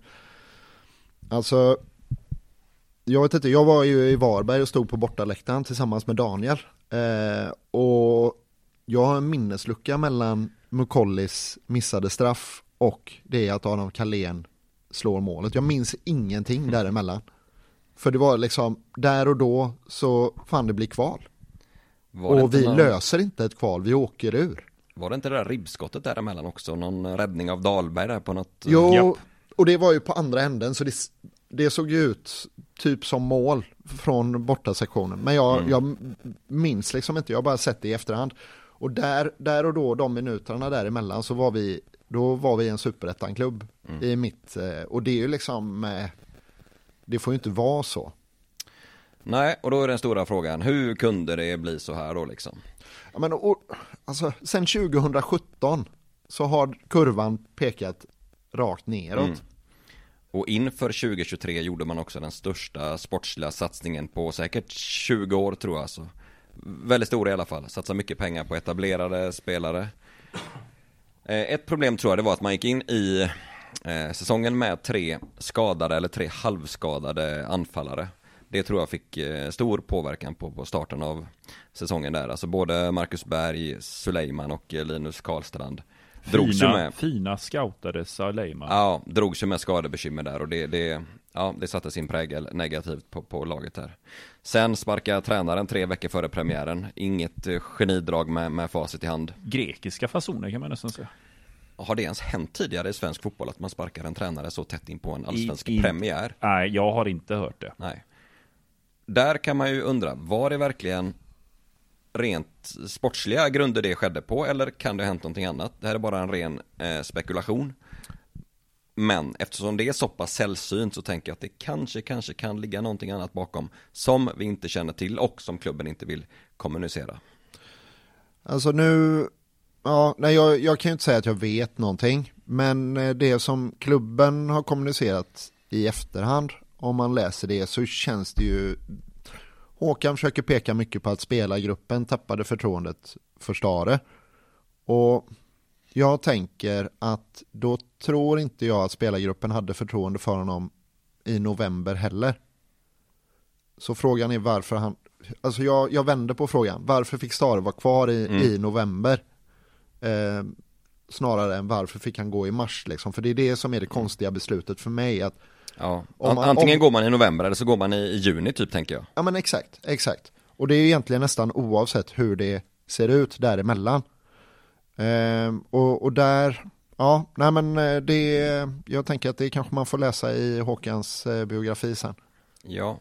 [SPEAKER 1] alltså jag vet inte, jag var ju i Varberg och stod på bortaläktaren tillsammans med Daniel eh, och jag har en minneslucka mellan Mukollis missade straff och det är att Adam Carlén slår målet. Jag minns ingenting däremellan. För det var liksom, där och då så fan det blir kval.
[SPEAKER 4] Var
[SPEAKER 1] och vi
[SPEAKER 4] någon...
[SPEAKER 1] löser inte ett kval, vi åker ur.
[SPEAKER 4] Var det inte det där ribbskottet däremellan också? Någon räddning av Dahlberg där på något...
[SPEAKER 1] Jo,
[SPEAKER 3] Japp.
[SPEAKER 1] och det var ju på andra änden så det, det såg ju ut typ som mål från bortasektionen. Men jag,
[SPEAKER 4] Mm. jag
[SPEAKER 1] minns liksom inte, jag har bara sett det i efterhand. Och där, där och då, de minuterna däremellan så var vi Då var vi en superettan-klubb mm. i mitt, och det är ju liksom, det får ju inte vara så.
[SPEAKER 4] Nej, och då är den stora frågan, hur kunde det bli så här då liksom?
[SPEAKER 1] Ja, men, och, alltså, sen tjugohundrasjutton så har kurvan pekat rakt neråt. Mm.
[SPEAKER 4] Och inför tjugohundratjugotre gjorde man också den största sportsliga satsningen på säkert tjugo år tror jag. Så väldigt stor i alla fall, satsa mycket pengar på etablerade spelare. Ett problem tror jag det var att man gick in i eh, säsongen med tre skadade eller tre halvskadade anfallare. Det tror jag fick eh, stor påverkan på, på starten av säsongen där. Alltså både Marcus Berg, Suleiman och eh, Linus Karlstrand drogs
[SPEAKER 3] fina,
[SPEAKER 4] ju med.
[SPEAKER 3] Fina scoutade Suleiman.
[SPEAKER 4] Ja, drogs ju med skadebekymmer där och det, det, ja, det satte sin prägel negativt på, på laget här. Sen sparkade tränaren tre veckor före premiären. Inget eh, genidrag med, med facit i hand.
[SPEAKER 3] Grekiska fasoner kan man nästan säga.
[SPEAKER 4] Har det ens hänt tidigare i svensk fotboll att man sparkar en tränare så tätt in på en allsvensk
[SPEAKER 3] I, i,
[SPEAKER 4] premiär?
[SPEAKER 3] Nej, jag har inte hört det.
[SPEAKER 4] Nej. Där kan man ju undra, var det verkligen rent sportsliga grunder det skedde på, eller kan det ha hänt någonting annat? Det här är bara en ren eh, spekulation. Men eftersom det är så pass sällsynt så tänker jag att det kanske, kanske kan ligga någonting annat bakom som vi inte känner till och som klubben inte vill kommunicera.
[SPEAKER 1] Alltså nu, ja, nej, jag, jag kan ju inte säga att jag vet någonting, men det som klubben har kommunicerat i efterhand, om man läser det så känns det ju, Håkan försöker peka mycket på att spelargruppen tappade förtroendet för Stare, och jag tänker att då tror inte jag att spelargruppen hade förtroende för honom i november heller. Så frågan är varför han, alltså jag, jag vänder på frågan, varför fick Stare vara kvar i, mm. i november? Eh, snarare än varför fick han gå i mars liksom. För det är det som är det konstiga beslutet för mig att
[SPEAKER 4] ja.
[SPEAKER 1] om man,
[SPEAKER 4] antingen
[SPEAKER 1] om,
[SPEAKER 4] går man i november eller så går man i, i juni typ, tänker jag.
[SPEAKER 1] Ja men exakt, exakt. Och det är egentligen nästan oavsett hur det ser ut däremellan. Ehm, och, och där, ja, nej men det, jag tänker att det kanske man får läsa i Håkans eh, biografi sen.
[SPEAKER 4] Ja.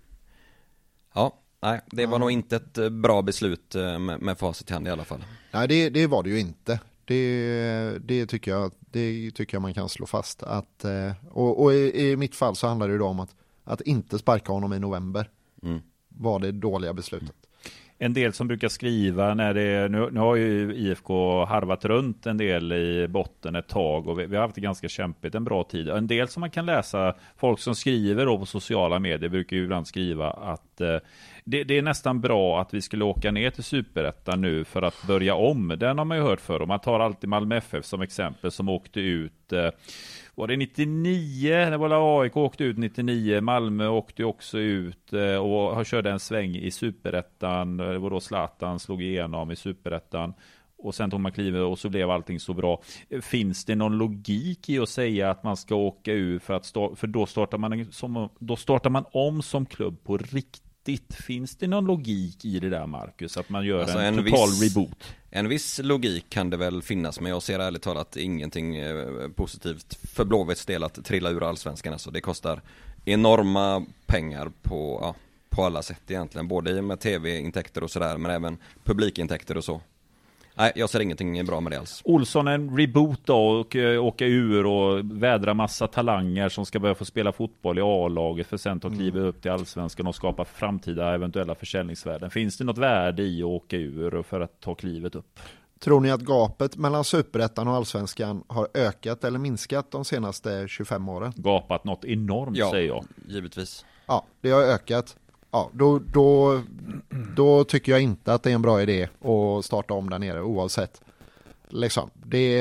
[SPEAKER 4] Ja, nej, det var ja. nog inte ett bra beslut med, med facit i hand i alla fall.
[SPEAKER 1] Nej, det, det var det ju inte. Det, det, tycker jag, det tycker jag man kan slå fast. Att, och och i, i mitt fall så handlar det ju då om att, att inte sparka honom i november. Mm. Var det dåliga beslutet.
[SPEAKER 3] En del som brukar skriva när det, nu, nu har ju I F K harvat runt en del i botten ett tag och vi, vi har haft det ganska kämpigt en bra tid. En del som man kan läsa, folk som skriver då på sociala medier brukar ju ibland skriva att eh, det, det är nästan bra att vi skulle åka ner till Superettan nu för att börja om. Den har man ju hört för om. Man tar alltid Malmö F F som exempel som åkte ut eh, var det nittionio, det var A I K åkte ut nittionio, Malmö åkte också ut och har körde en sväng i Superettan, det var då Zlatan slog igenom i Superettan och sen tog man kliver och så blev allting så bra. Finns det någon logik i att säga att man ska åka ur för att stå, för då startar man som, då startar man om som klubb på riktigt? Finns det någon logik i det där, Marcus, att man gör alltså en, en total viss, reboot?
[SPEAKER 4] En viss logik kan det väl finnas, men jag ser ärligt talat ingenting eh, positivt för Blåvitts del att trilla ur allsvenskan. Alltså, det kostar enorma pengar på, ja, på alla sätt egentligen, både med tv-intäkter och sådär, men även publikintäkter och så. Nej, jag ser ingenting bra med det alls.
[SPEAKER 3] Olsson, en reboot då och uh, åka ur och vädra massa talanger som ska börja få spela fotboll i A-laget för sen ta kliva mm. upp till allsvenskan och skapa framtida eventuella försäljningsvärden. Finns det något värde i att åka ur för att ta klivet upp?
[SPEAKER 1] Tror ni att gapet mellan Superettan och allsvenskan har ökat eller minskat de senaste tjugofem åren?
[SPEAKER 3] Gapat något enormt,
[SPEAKER 4] ja,
[SPEAKER 3] säger jag.
[SPEAKER 4] Givetvis.
[SPEAKER 1] Ja, det har ökat. Ja, då, då, då tycker jag inte att det är en bra idé att starta om där nere oavsett. Liksom, det,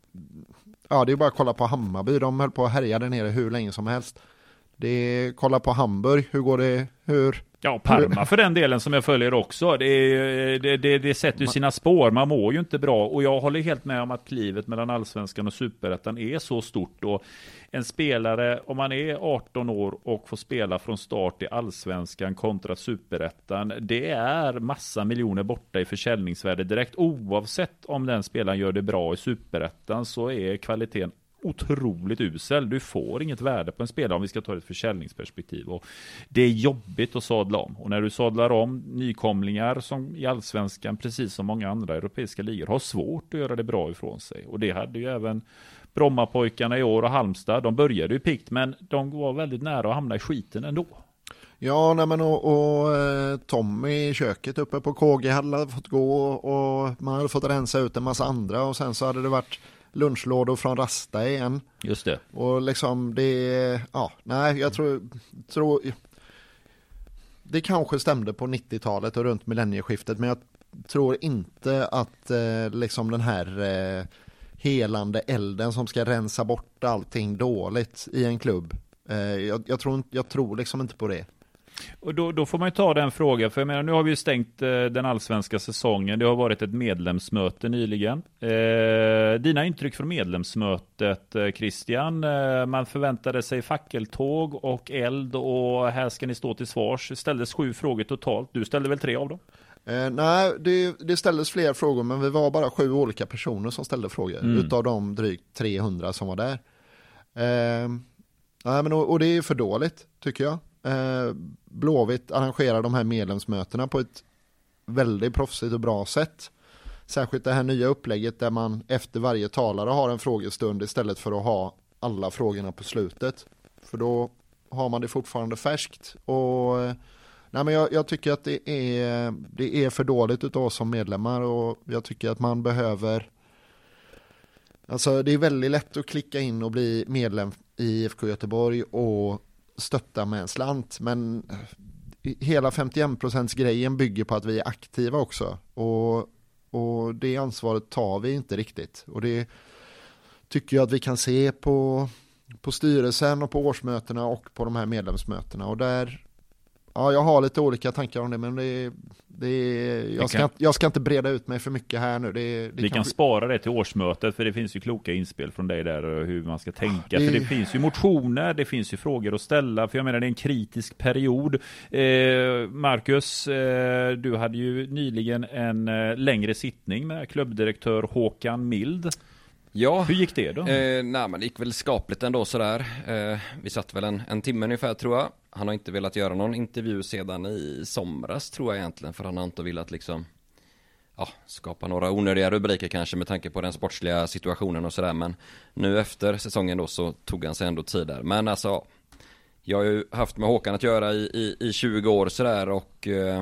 [SPEAKER 1] ja, det är bara att kolla på Hammarby. De höll på att härja där nere hur länge som helst. Det är, kolla på Hamburg. Hur går det? Hur?
[SPEAKER 3] Ja, Parma för den delen som jag följer också. Det, det, det, det sätter ju sina spår. Man mår ju inte bra. Och jag håller helt med om att klivet mellan allsvenskan och Superettan är så stort. Och en spelare, om man är arton år och får spela från start i allsvenskan kontra Superettan, det är massa miljoner borta i försäljningsvärde direkt. Oavsett om den spelaren gör det bra i Superettan så är kvaliteten otroligt usel. Du får inget värde på en spelare om vi ska ta ett försäljningsperspektiv. Och det är jobbigt att sadla om. Och när du sadlar om nykomlingar som i allsvenskan, precis som många andra europeiska ligor, har svårt att göra det bra ifrån sig. Och det hade ju även Brommapojkarna i år och Halmstad. De började ju pikt, men de var väldigt nära att hamna i skiten ändå.
[SPEAKER 1] Ja, nej men och, och Tommy i köket uppe på K G hade fått gå och man hade fått rensa ut en massa andra och sen så hade det varit lunchlådor från Rasta igen.
[SPEAKER 3] Just det.
[SPEAKER 1] Och liksom det, ja, nej, jag tror, tror det kanske stämde på nittiotalet och runt millennieskiftet, men jag tror inte att eh, liksom den här eh, helande elden som ska rensa bort allting dåligt i en klubb. Eh, jag, jag, tror, jag tror liksom inte på det.
[SPEAKER 3] Och då, då får man ju ta den frågan, för jag menar, nu har vi ju stängt eh, den allsvenska säsongen. Det har varit ett medlemsmöte nyligen. Eh, dina intryck från medlemsmötet, eh, Christian? Eh, man förväntade sig fackeltåg och eld och här ska ni stå till svars. Det ställdes sju frågor totalt. Du ställde väl tre av dem?
[SPEAKER 1] Eh, nej, det, det ställdes fler frågor, men vi var bara sju olika personer som ställde frågor. Mm. Utav de drygt trehundra som var där. Eh, nej, men och, och det är för dåligt, tycker jag. Eh, Blåvitt arrangerar de här medlemsmötena på ett väldigt proffsigt och bra sätt. Särskilt det här nya upplägget där man efter varje talare har en frågestund istället för att ha alla frågorna på slutet. För då har man det fortfarande färskt. Och, nej men jag, jag tycker att det är, det är för dåligt utav oss som medlemmar och jag tycker att man behöver... Alltså det är väldigt lätt att klicka in och bli medlem i I F K Göteborg och stötta med en slant, men hela femtioen procent grejen bygger på att vi är aktiva också och, och det ansvaret tar vi inte riktigt och det tycker jag att vi kan se på, på styrelsen och på årsmötena och på de här medlemsmötena och där ja, jag har lite olika tankar om det, men det, det, jag, ska,
[SPEAKER 3] kan,
[SPEAKER 1] jag ska inte breda ut mig för mycket här nu. Det, det
[SPEAKER 3] vi kan, kan spara det till årsmötet, för det finns ju kloka inspel från dig där hur man ska tänka. Det... För det finns ju motioner, det finns ju frågor att ställa, för jag menar det är en kritisk period. Eh, Marcus, eh, du hade ju nyligen en eh, längre sittning med klubbdirektör Håkan Mild.
[SPEAKER 4] Ja,
[SPEAKER 3] hur gick det då?
[SPEAKER 4] Eh, nej, men det gick väl skapligt ändå sådär. Eh, vi satt väl en, en timme ungefär tror jag. Han har inte velat göra någon intervju sedan i somras tror jag egentligen. För han har inte velat liksom ja, skapa några onödiga rubriker kanske med tanke på den sportsliga situationen och sådär. Men nu efter säsongen då så tog han sig ändå tid där. Men alltså, jag har ju haft med Håkan att göra i, i, i tjugo år sådär och... Eh,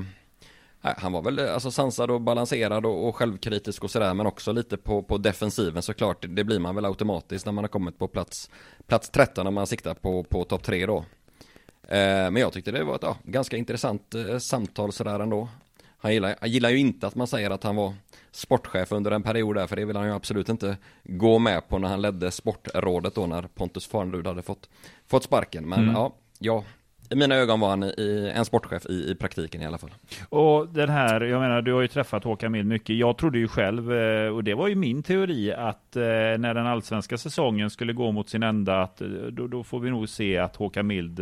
[SPEAKER 4] han var väl alltså sansad och balanserad och, och självkritisk och sådär, men också lite på, på defensiven såklart. Det blir man väl automatiskt när man har kommit på plats, plats tretton när man siktar på, på topp tre då. Eh, men jag tyckte det var ett ja, ganska intressant eh, samtal sådär ändå. Han gillar, han gillar ju inte att man säger att han var sportchef under en period där, för det vill han ju absolut inte gå med på när han ledde sportrådet då när Pontus Farnerud hade fått, fått sparken. Men mm. ja, ja. I mina ögon var han i, en sportchef i, i praktiken i alla fall.
[SPEAKER 3] Och den här, jag menar, du har ju träffat Håkan Mild mycket. Jag trodde ju själv, och det var ju min teori, att när den allsvenska säsongen skulle gå mot sin ända, att då, då får vi nog se att Håkan Mild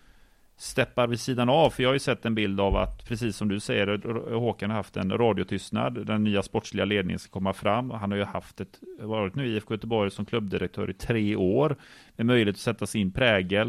[SPEAKER 3] steppar vid sidan av. För jag har ju sett en bild av att, precis som du säger, Håkan har haft en radiotystnad. Den nya sportsliga ledningen ska komma fram. Han har ju haft ett, varit nu i I F K Göteborg som klubbdirektör i tre år. Med möjlighet att sätta sin prägel.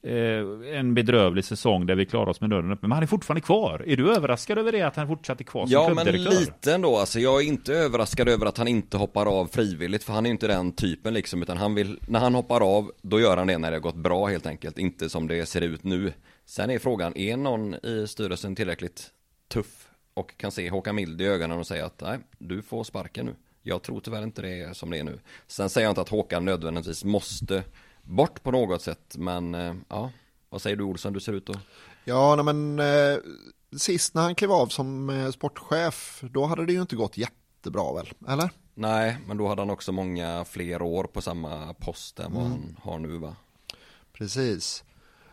[SPEAKER 3] Eh, en bedrövlig säsong där vi klarar oss med dörren uppe. Men han är fortfarande kvar. Är du överraskad över det, att han fortsatte kvar som
[SPEAKER 4] ja,
[SPEAKER 3] klubbdirektör?
[SPEAKER 4] Ja, men lite ändå. Alltså, jag är inte överraskad över att han inte hoppar av frivilligt. För han är ju inte den typen liksom. Utan han vill, när han hoppar av, då gör han det när det har gått bra helt enkelt. Inte som det ser ut nu. Sen är frågan, är någon i styrelsen tillräckligt tuff och kan se Håkan Mild i ögonen och säga att nej, du får sparka nu. Jag tror tyvärr inte det är som det är nu. Sen säger jag inte att Håkan nödvändigtvis måste bort på något sätt, men eh, ja, vad säger du Olsson, du ser ut att...
[SPEAKER 1] Ja, nej, men eh, sist när han klev av som eh, sportchef, då hade det ju inte gått jättebra väl, eller?
[SPEAKER 4] Nej, men då hade han också många fler år på samma post än vad mm. han har nu va?
[SPEAKER 1] Precis.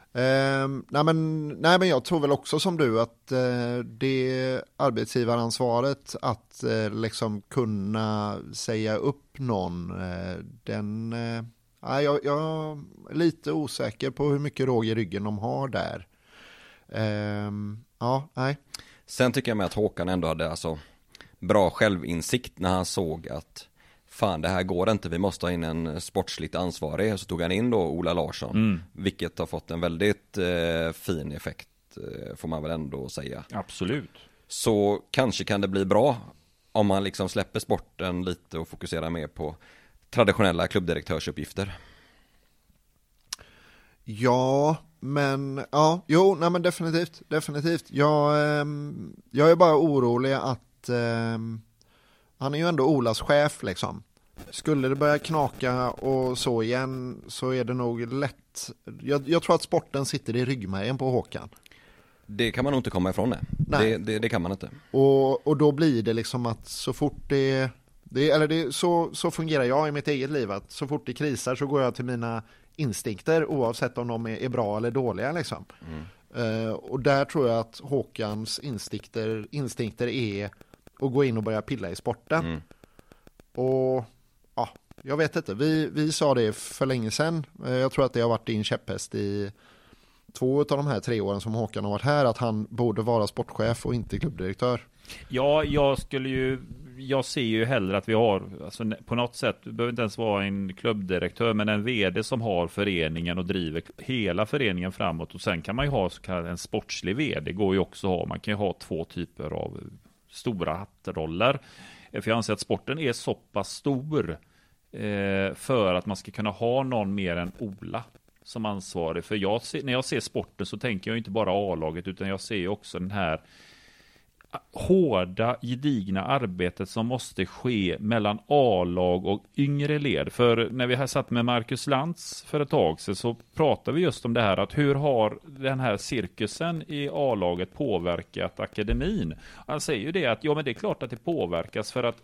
[SPEAKER 1] Eh, nej, men, nej men jag tror väl också som du att eh, det arbetsgivaransvaret att eh, liksom kunna säga upp någon, eh, den... Eh, Ja, jag, jag är lite osäker på hur mycket råg i ryggen de har där. Ehm, ja, nej.
[SPEAKER 4] Sen tycker jag med att Håkan ändå hade alltså bra självinsikt när han såg att fan, det här går inte, vi måste ha in en sportsligt ansvarig. Så tog han in då Ola Larsson, mm. vilket har fått en väldigt eh, fin effekt, eh, får man väl ändå säga.
[SPEAKER 3] Absolut.
[SPEAKER 4] Så kanske kan det bli bra om man liksom släpper sporten lite och fokuserar mer på traditionella klubbdirektörsuppgifter. Ja,
[SPEAKER 1] men ja, jo, nej men definitivt, definitivt. Jag, eh, jag är bara orolig att eh, han är ju ändå Olas chef liksom. Skulle det börja knaka och så igen så är det nog lätt. Jag, jag tror att sporten sitter i ryggmärgen på Håkan.
[SPEAKER 4] Det kan man nog inte komma ifrån det. Nej. Det, det, det kan man inte.
[SPEAKER 1] Och, och då blir det liksom att så fort det Det, eller det, så, så fungerar jag i mitt eget liv, att så fort det krisar så går jag till mina instinkter oavsett om de är, är bra eller dåliga liksom. Mm. Uh, och där tror jag att Håkans instinkter, instinkter är att gå in och börja pilla i sporten. Mm. Och ja, jag vet inte, vi, vi sa det för länge sedan. Uh, jag tror att det har varit din käpphäst i två av de här tre åren som Håkan har varit här, att han borde vara sportchef och inte klubbdirektör.
[SPEAKER 3] Ja, jag skulle ju jag ser ju hellre att vi har, alltså på något sätt, det behöver inte ens vara en klubbdirektör, men en vd som har föreningen och driver hela föreningen framåt. Och sen kan man ju ha så kallad en sportslig vd, går ju också att ha. Man kan ju ha två typer av stora hattroller. För jag anser att sporten är så pass stor eh, för att man ska kunna ha någon mer än Ola som ansvarig. För jag ser, när jag ser sporten så tänker jag inte bara A-laget, utan jag ser ju också den här hårda, gedigna arbetet som måste ske mellan A-lag och yngre led. För när vi har satt med Marcus Lantz för ett tag sedan så pratar vi just om det här, att hur har den här cirkusen i A-laget påverkat akademin? Han säger ju det att ja, men det är klart att det påverkas, för att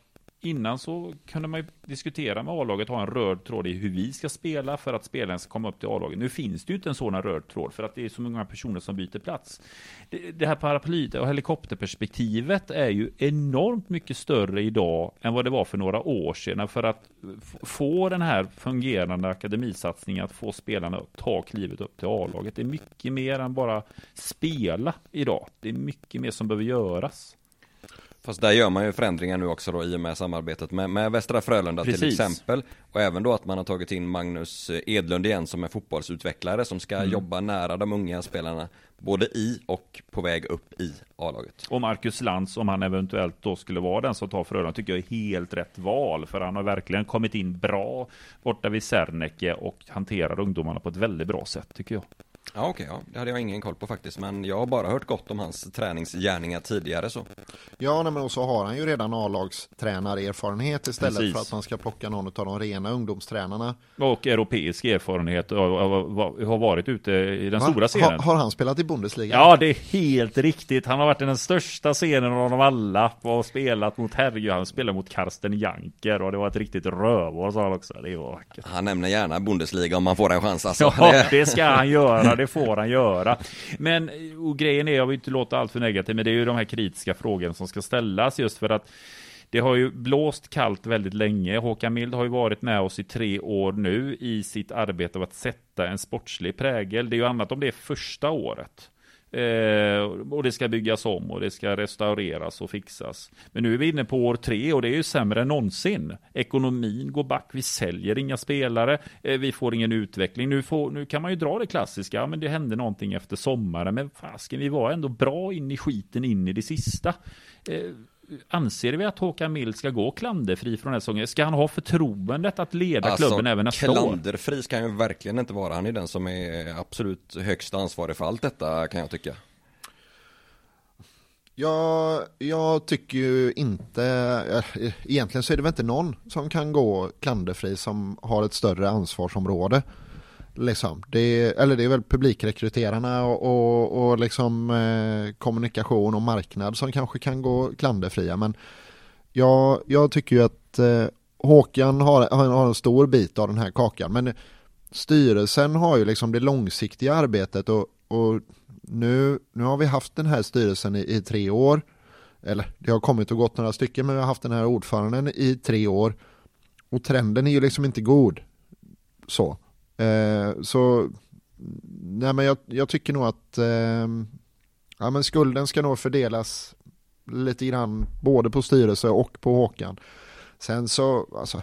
[SPEAKER 3] innan så kunde man ju diskutera med A-laget, ha en röd tråd i hur vi ska spela för att spelaren ska komma upp till A-laget. Nu finns det ju inte en sådan röd tråd för att det är så många personer som byter plats. Det, det här paraplyt och helikopterperspektivet är ju enormt mycket större idag än vad det var för några år sedan, för att f- få den här fungerande akademisatsningen, att få spelarna att ta klivet upp till A-laget. Det är mycket mer än bara spela idag. Det är mycket mer som behöver göras.
[SPEAKER 4] Fast där gör man ju förändringar nu också då i och med samarbetet med, med Västra Frölunda. Precis. Till exempel. Och även då att man har tagit in Magnus Edlund igen som är fotbollsutvecklare som ska mm. jobba nära de unga spelarna både i och på väg upp i A-laget.
[SPEAKER 3] Och Marcus Lantz, om han eventuellt då skulle vara den som tar Frölunda, tycker jag är helt rätt val, för han har verkligen kommit in bra borta vid Serneke och hanterar ungdomarna på ett väldigt bra sätt, tycker jag.
[SPEAKER 4] Ja okej, okay, ja. Det hade jag ingen koll på faktiskt, men jag har bara hört gott om hans träningsgärningar tidigare så.
[SPEAKER 1] Ja, nej, men så har han ju redan A-lagstränarerfarenhet istället
[SPEAKER 3] Precis.
[SPEAKER 1] för att man ska plocka någon av de rena ungdomstränarna.
[SPEAKER 3] Och europeisk erfarenhet och har varit ute i den
[SPEAKER 1] Va?
[SPEAKER 3] stora scenen.
[SPEAKER 1] Har, har han spelat i Bundesliga?
[SPEAKER 3] Ja, det är helt riktigt. Han har varit i den största scenen av dem alla och spelat mot herregud. Han spelade mot Karsten Janker och det var ett riktigt rövår, sa han också. Det var vackert.
[SPEAKER 4] Han nämner gärna Bundesliga om man får en chans alltså.
[SPEAKER 3] Ja, det ska han göra. Det får han göra. Men och grejen är, jag vill inte låta allt för negativt, men det är ju de här kritiska frågorna som ska ställas, just för att det har ju blåst kallt väldigt länge. Håkan Mild har ju varit med oss i tre år nu i sitt arbete av att sätta en sportslig prägel. Det är ju annat om det är första året. Eh, och det ska byggas om och det ska restaureras och fixas. Men nu är vi inne på år tre och det är ju sämre än någonsin. Ekonomin går back, vi säljer inga spelare, eh, vi får ingen utveckling. Nu, får, nu kan man ju dra det klassiska, men det hände någonting efter sommaren. Men fasken, vi var ändå bra in i skiten in i det sista. Eh, Anser vi att Håkan Mild ska gå klanderfri från den här säsongen? Ska han ha förtroendet att leda alltså, klubben även nästa år?
[SPEAKER 4] Klanderfri ska han ju verkligen inte vara. Han är den som är absolut högst ansvarig för allt detta, kan jag tycka.
[SPEAKER 1] Ja, jag tycker ju inte, egentligen så är det väl inte någon som kan gå klanderfri som har ett större ansvarsområde. Liksom. Det är, eller det är väl publikrekryterarna och, och, och liksom, eh, kommunikation och marknad som kanske kan gå klanderfria. Men jag, jag tycker ju att eh, Håkan har, har en stor bit av den här kakan. Men styrelsen har ju liksom det långsiktiga arbetet och, och nu, nu har vi haft den här styrelsen i, i tre år. Eller det har kommit och gått några stycken, men vi har haft den här ordföranden i tre år. Och trenden är ju liksom inte god. Så. Eh, så nej, men jag, jag tycker nog att eh, ja, men skulden ska nog fördelas lite grann både på styrelse och på Håkan. Sen så alltså,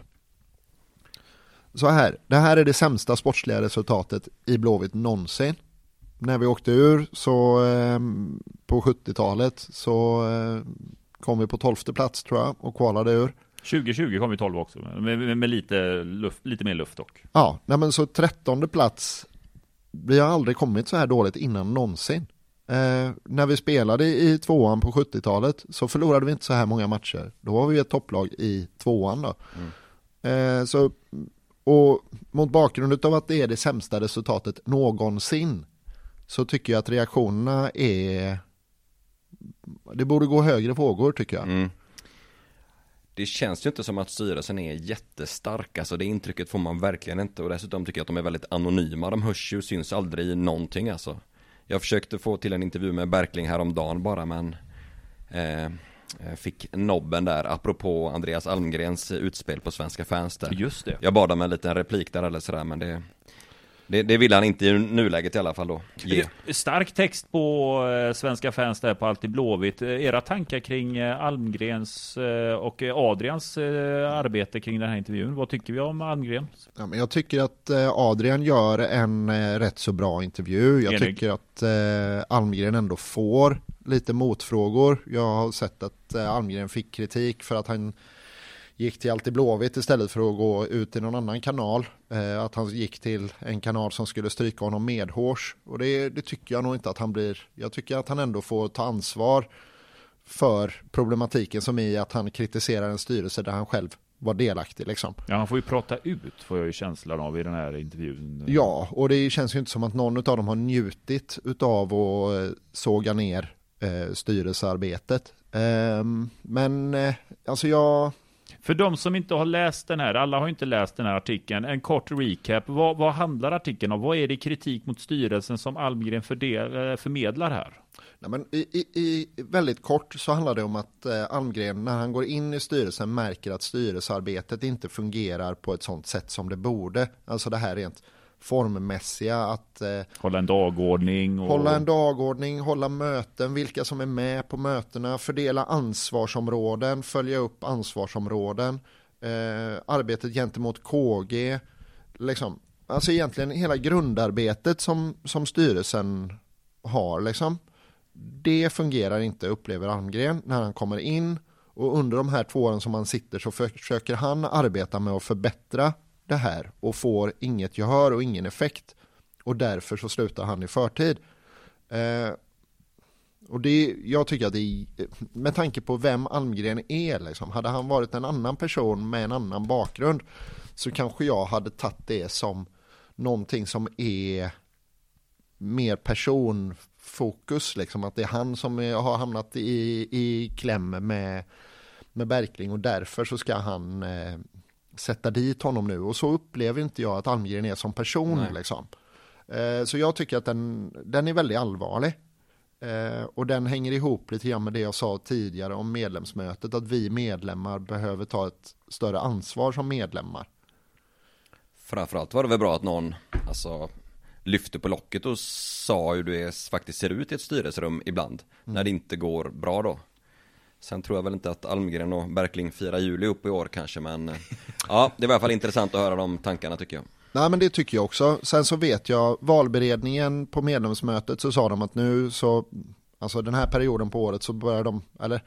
[SPEAKER 1] så här, det här är det sämsta sportsliga resultatet i Blåvitt någonsin. När vi åkte ur så eh, på sjuttiotalet så eh, kom vi på tolfte plats tror jag och kvalade ur.
[SPEAKER 3] tjugo tjugo kom vi tolv också, med, med, med lite, luft, lite mer luft dock.
[SPEAKER 1] Ja, nej men så trettonde plats, vi har aldrig kommit så här dåligt innan någonsin. Eh, när vi spelade i tvåan på sjuttiotalet så förlorade vi inte så här många matcher. Då var vi ett topplag i tvåan då. Mm. Eh, så, och mot bakgrund av att det är det sämsta resultatet någonsin så tycker jag att reaktionerna är, det borde gå högre vågor tycker jag.
[SPEAKER 4] Mm. Det känns ju inte som att styrelsen är jättestark, alltså det intrycket får man verkligen inte, och dessutom tycker jag att de är väldigt anonyma, de hörs ju, syns aldrig i någonting alltså. Jag försökte få till en intervju med Berkling häromdagen bara, men eh, fick nobben där, apropå Andreas Almgrens utspel på Svenska fans där.
[SPEAKER 3] Just det.
[SPEAKER 4] Jag bad om en liten replik där eller sådär, men det... Det, det vill han inte i nuläget i alla fall då ge.
[SPEAKER 3] Stark text på eh, Svenska fans där på Alltid Blåvitt. Era tankar kring eh, Almgrens eh, och Adrians eh, arbete kring den här intervjun. Vad tycker vi om Almgren?
[SPEAKER 1] Ja, men jag tycker att eh, Adrian gör en eh, rätt så bra intervju. Jag
[SPEAKER 3] Enig.
[SPEAKER 1] tycker att eh, Almgren ändå får lite motfrågor. Jag har sett att eh, Almgren fick kritik för att han gick till Alltid Blåvitt istället för att gå ut i någon annan kanal. Eh, att han gick till en kanal som skulle stryka honom medhårs. Och det, det tycker jag nog inte att han blir. Jag tycker att han ändå får ta ansvar för problematiken som är att han kritiserar en styrelse där han själv var delaktig. Liksom.
[SPEAKER 3] Ja, han får ju prata ut, får jag ju känslan av i den här intervjun.
[SPEAKER 1] Ja, och det känns ju inte som att någon av dem har njutit utav att såga ner eh, styrelsearbetet. Eh, men eh, alltså jag...
[SPEAKER 3] För de som inte har läst den här, alla har inte läst den här artikeln, en kort recap. Vad, vad handlar artikeln om? Vad är det kritik mot styrelsen som Almgren fördel, förmedlar här?
[SPEAKER 1] Nej, men i, i, i väldigt kort så handlar det om att eh, Almgren när han går in i styrelsen märker att styrelsearbetet inte fungerar på ett sånt sätt som det borde. Alltså det här rent formmässiga att eh,
[SPEAKER 3] hålla en dagordning och...
[SPEAKER 1] hålla en dagordning, hålla möten, vilka som är med på mötena, fördela ansvarsområden, följa upp ansvarsområden, eh, arbetet gentemot K G, liksom, alltså egentligen hela grundarbetet som, som styrelsen har liksom, det fungerar inte, upplever Almgren när han kommer in, och under de här två åren som han sitter så försöker han arbeta med att förbättra det här och får inget gehör och ingen effekt, och därför så slutar han i förtid. Eh, och det, jag tycker att det är, med tanke på vem Almgren är liksom, hade han varit en annan person med en annan bakgrund så kanske jag hade tagit det som någonting som är mer personfokus liksom, att det är han som är, har hamnat i, i kläm med, med Berkling och därför så ska han eh, sätta dit honom nu, och så upplever inte jag att Almgren är som person liksom. eh, så jag tycker att den, den är väldigt allvarlig, eh, och den hänger ihop lite grann med det jag sa tidigare om medlemsmötet, att vi medlemmar behöver ta ett större ansvar som medlemmar.
[SPEAKER 4] Framförallt var det väl bra att någon alltså lyfte på locket och sa hur det faktiskt ser ut i ett styrelserum ibland, mm. när det inte går bra då. Sen tror jag väl inte att Almgren och Berkling firar juli upp i år kanske, men ja, det var i alla fall intressant att höra de tankarna tycker jag.
[SPEAKER 1] Nej, men det tycker jag också. Sen så vet jag, valberedningen på medlemsmötet så sa de att nu så, alltså den här perioden på året så börjar de, eller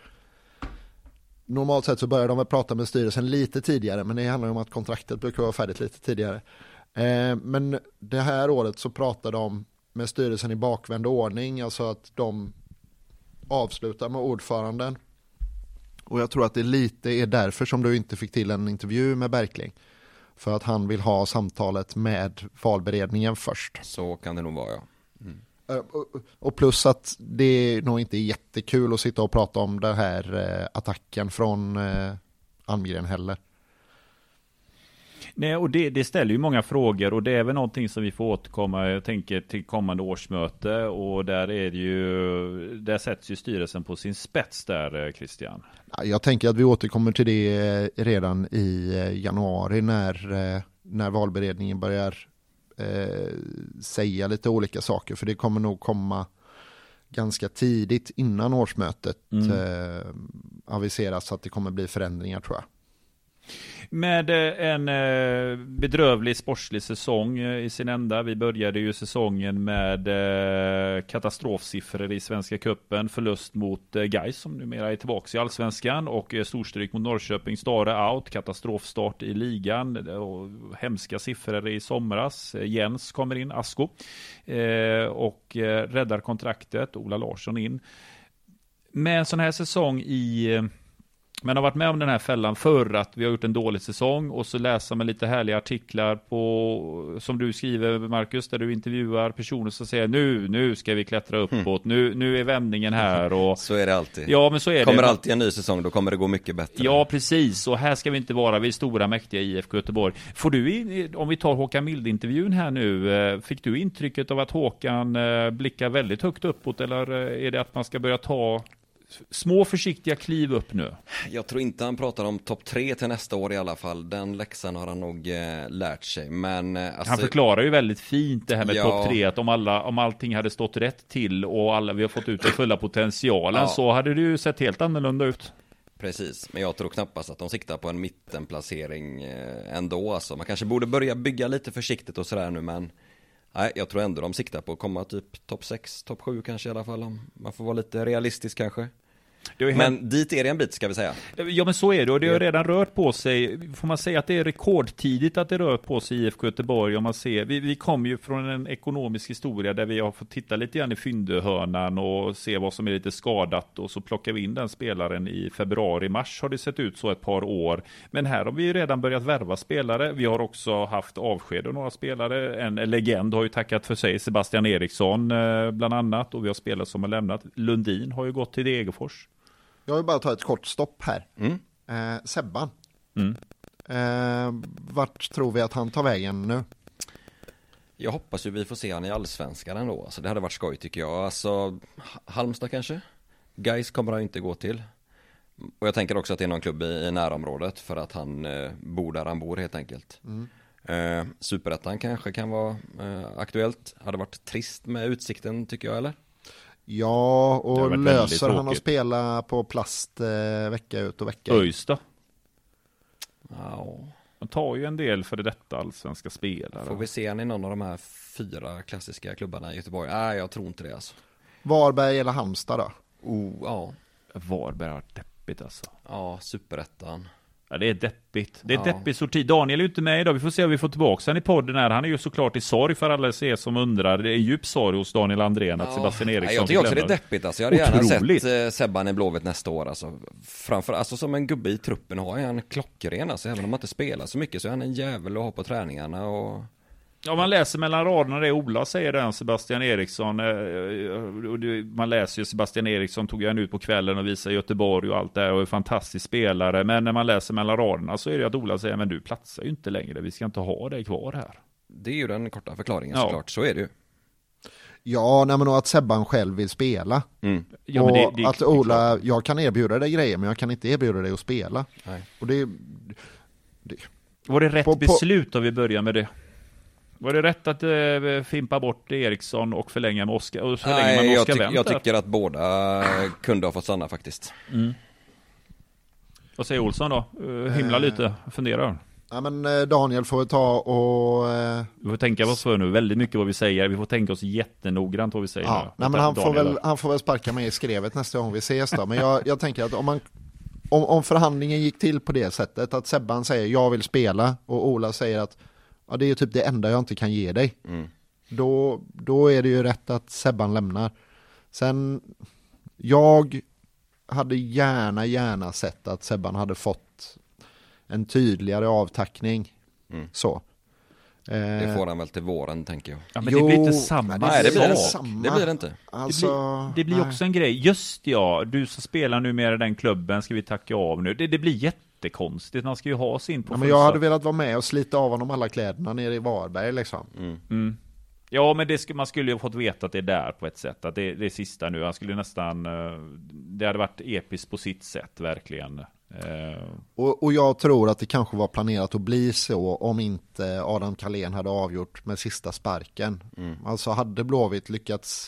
[SPEAKER 1] normalt sett så börjar de väl prata med styrelsen lite tidigare, men det handlar om att kontraktet brukar vara färdigt lite tidigare. Eh, men det här året så pratar de med styrelsen i bakvänd ordning, alltså att de avslutar med ordföranden. Och jag tror att det lite är därför som du inte fick till en intervju med Berkling. För att han vill ha samtalet med valberedningen först.
[SPEAKER 4] Så kan det nog vara, ja. Mm.
[SPEAKER 1] Och plus att det nog inte är jättekul att sitta och prata om den här attacken från Almgren heller.
[SPEAKER 3] Nej, och det, det ställer ju många frågor, och det är väl någonting som vi får återkomma, jag tänker, till kommande årsmöte, och där är det ju, där sätts ju styrelsen på sin spets där, Christian.
[SPEAKER 1] Jag tänker att vi återkommer till det redan i januari när, när valberedningen börjar eh, säga lite olika saker, för det kommer nog komma ganska tidigt innan årsmötet mm. eh, aviseras att det kommer bli förändringar, tror jag.
[SPEAKER 3] Med en eh, bedrövlig sportslig säsong eh, i sin ända. Vi började ju säsongen med eh, katastrofsiffror i Svenska cupen. Förlust mot eh, Gais som numera är tillbaka i Allsvenskan, och eh, storstryk mot Norrköping, Stare out, katastrofstart i ligan och hemska siffror i somras. Eh, Jens kommer in, Asko, eh, och eh, räddar kontraktet, Ola Larsson in. Med en sån här säsong i... Eh, Men har varit med om den här fällan för att vi har gjort en dålig säsong, och så läser man lite härliga artiklar på, som du skriver, Marcus, där du intervjuar personer som säger nu, nu ska vi klättra uppåt, mm. nu, nu är vändningen här. Och,
[SPEAKER 4] så är det alltid.
[SPEAKER 3] Ja, men så är
[SPEAKER 4] kommer
[SPEAKER 3] det.
[SPEAKER 4] alltid en ny säsong, då kommer det gå mycket bättre.
[SPEAKER 3] Ja, precis, och här ska vi inte vara, vi är stora mäktiga i I F K Göteborg. Får du, in, om vi tar Håkan Mild-intervjun här nu, fick du intrycket av att Håkan blickar väldigt högt uppåt, eller är det att man ska börja ta små försiktiga kliv upp nu?
[SPEAKER 4] Jag tror inte han pratar om topp tre till nästa år i alla fall. Den läxan har han nog eh, lärt sig. Men, eh, alltså,
[SPEAKER 3] han förklarar ju väldigt fint det här med
[SPEAKER 4] ja,
[SPEAKER 3] topp tre. Att om, alla, om allting hade stått rätt till och alla vi har fått ut den fulla potentialen, ja, så hade det ju sett helt annorlunda ut.
[SPEAKER 4] Precis, men jag tror knappast att de siktar på en mittenplacering eh, ändå. Alltså. Man kanske borde börja bygga lite försiktigt och sådär nu, men nej, jag tror ändå de siktar på att komma typ topp sex, topp sju kanske i alla fall. Man får vara lite realistisk kanske. Men hänt... dit är det en bit, ska vi säga.
[SPEAKER 3] Ja, men så är det, och det har redan rört på sig. Får man säga att det är rekordtidigt att det rör på sig i I F K Göteborg? Om man ser, vi, vi kommer ju från en ekonomisk historia där vi har fått titta lite grann i fyndehörnan och se vad som är lite skadat, och så plockar vi in den spelaren i februari, mars har det sett ut så ett par år. Men här har vi redan börjat värva spelare. Vi har också haft avsked av några spelare. En legend har ju tackat för sig, Sebastian Eriksson bland annat, och vi har spelare som har lämnat. Lundin har ju gått till Degerfors.
[SPEAKER 1] Jag vill bara ta ett kort stopp här.
[SPEAKER 4] Mm.
[SPEAKER 1] Eh, Sebban.
[SPEAKER 3] Mm.
[SPEAKER 1] Eh, vart tror vi att han tar vägen nu?
[SPEAKER 4] Jag hoppas ju vi får se han i Allsvenskan ändå. Alltså, det hade varit skoj tycker jag. Alltså, Halmstad kanske? Gais kommer han inte gå till. Och jag tänker också att det är någon klubb i, i närområdet för att han eh, bor där han bor helt enkelt.
[SPEAKER 1] Mm.
[SPEAKER 4] Eh, Superettan kanske kan vara eh, aktuellt. Hade varit trist med Utsikten tycker jag, eller?
[SPEAKER 1] Ja,
[SPEAKER 3] Det har
[SPEAKER 1] och
[SPEAKER 3] varit
[SPEAKER 1] löser
[SPEAKER 3] väldigt
[SPEAKER 1] han att
[SPEAKER 3] tråkigt.
[SPEAKER 1] spela på plast eh, vecka ut och vecka in.
[SPEAKER 3] Öysta.
[SPEAKER 4] Ja.
[SPEAKER 3] De tar ju en del för det detta allsvenska spelare.
[SPEAKER 4] Får vi se han i någon av de här fyra klassiska klubbarna i Göteborg? Nej, jag tror inte det alltså.
[SPEAKER 1] Varberg eller Halmstad då?
[SPEAKER 4] Oh, ja.
[SPEAKER 3] Varberg har varit deppigt alltså.
[SPEAKER 4] Ja, Superettan.
[SPEAKER 3] Ja, det är deppigt. Det är
[SPEAKER 4] Ja.
[SPEAKER 3] deppigt sorti. Daniel är ju inte med idag. Vi får se om vi får tillbaka han i podden här. Han är ju såklart i sorg för alla er som undrar. Det är djup sorg hos Daniel Andrén att
[SPEAKER 4] Ja.
[SPEAKER 3] Sebastian
[SPEAKER 4] Nej,
[SPEAKER 3] Eriksson
[SPEAKER 4] jag tycker också det är
[SPEAKER 3] lämnar.
[SPEAKER 4] deppigt alltså. Jag hade gärna
[SPEAKER 3] Otroligt.
[SPEAKER 4] sett eh, Sebban i Blåvitt nästa år alltså. Framför, alltså som en gubbe i truppen har han klockren alltså. Även om man inte spelar så mycket så är han en jävel att ha på träningarna och...
[SPEAKER 3] Ja, man läser mellan raderna det Ola säger den Sebastian Eriksson. eh, och det- Man läser ju Sebastian Eriksson tog han ut på kvällen och visade Göteborg och allt det här och är en fantastisk spelare. Men när man läser mellan raderna så är det att Ola säger men du platsar ju inte längre. Vi ska inte ha dig kvar här.
[SPEAKER 4] Det är ju den korta förklaringen
[SPEAKER 3] Ja.
[SPEAKER 4] såklart, så är det ju.
[SPEAKER 1] Ja, nej, men och att Sebban själv vill spela.
[SPEAKER 4] Mm.
[SPEAKER 3] Ja,
[SPEAKER 1] och
[SPEAKER 3] men det, det,
[SPEAKER 1] att
[SPEAKER 3] det är
[SPEAKER 1] Ola,
[SPEAKER 3] klart.
[SPEAKER 1] jag kan erbjuda dig grejer men jag kan inte erbjuda dig att spela.
[SPEAKER 4] Nej.
[SPEAKER 1] Och det,
[SPEAKER 3] Var det rätt
[SPEAKER 1] på- på-
[SPEAKER 3] beslut om vi börjar med det? Var det rätt att eh, fimpa bort Eriksson och förlänga med Oskar? Och förlänga
[SPEAKER 4] Nej,
[SPEAKER 3] med
[SPEAKER 4] jag,
[SPEAKER 3] Oskar
[SPEAKER 4] tyck,
[SPEAKER 3] Wendt
[SPEAKER 4] jag
[SPEAKER 3] där?
[SPEAKER 4] tycker att båda kunde ha fått stanna faktiskt.
[SPEAKER 3] Vad säger Olsson då? Uh, himla
[SPEAKER 1] Eh.
[SPEAKER 3] lite, fundera.
[SPEAKER 1] ja, men eh, Daniel får ta och... Eh,
[SPEAKER 3] Vi får tänka oss för nu, väldigt mycket vad vi säger. Vi får tänka oss jättenoggrant vad vi säger
[SPEAKER 1] ja,
[SPEAKER 3] nu.
[SPEAKER 1] nej, men han, får
[SPEAKER 3] Daniel
[SPEAKER 1] väl,
[SPEAKER 3] där.
[SPEAKER 1] han får väl sparka mig i skrevet nästa gång vi ses då. Men jag, jag tänker att om man... Om, om förhandlingen gick till på det sättet att Sebban säger jag vill spela och Ola säger att ja, det är ju typ det enda jag inte kan ge dig.
[SPEAKER 4] Mm.
[SPEAKER 1] Då, då är det ju rätt att Sebban lämnar. Sen, jag hade gärna, gärna sett att Sebban hade fått en tydligare avtackning.
[SPEAKER 4] Mm.
[SPEAKER 1] Så.
[SPEAKER 4] Det
[SPEAKER 1] Eh,
[SPEAKER 4] får han väl till våren tänker jag.
[SPEAKER 3] Ja, men
[SPEAKER 1] Jo,
[SPEAKER 3] det blir inte samma
[SPEAKER 1] men
[SPEAKER 4] Nej, det blir det
[SPEAKER 3] sak.
[SPEAKER 4] inte. Det blir det inte.
[SPEAKER 1] alltså,
[SPEAKER 3] det blir, det blir
[SPEAKER 1] nej.
[SPEAKER 3] också en grej. Just ja, du som spelar nu med i den klubben ska vi tacka av nu. Det, det blir jättekonstigt. Man ska ju ha sin på
[SPEAKER 1] Ja, men jag hade velat vara med och slita av honom alla kläderna nere i Varberg liksom.
[SPEAKER 4] Mm.
[SPEAKER 3] Mm. Ja, men det sk- man skulle ju ha fått veta att det är där på ett sätt. Att det, det är sista nu. Han skulle nästan... eh, Det hade varit episkt på sitt sätt, verkligen. Eh,
[SPEAKER 1] Och, och jag tror att det kanske var planerat att bli så om inte Adam Kalén hade avgjort med sista sparken.
[SPEAKER 4] Mm.
[SPEAKER 1] Alltså hade Blåvitt lyckats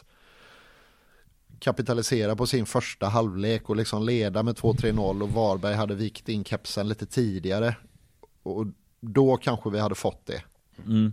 [SPEAKER 1] kapitalisera på sin första halvlek och liksom leda med två tre noll och Varberg hade vikt in kepsen lite tidigare. Och då kanske vi hade fått det.
[SPEAKER 3] mm.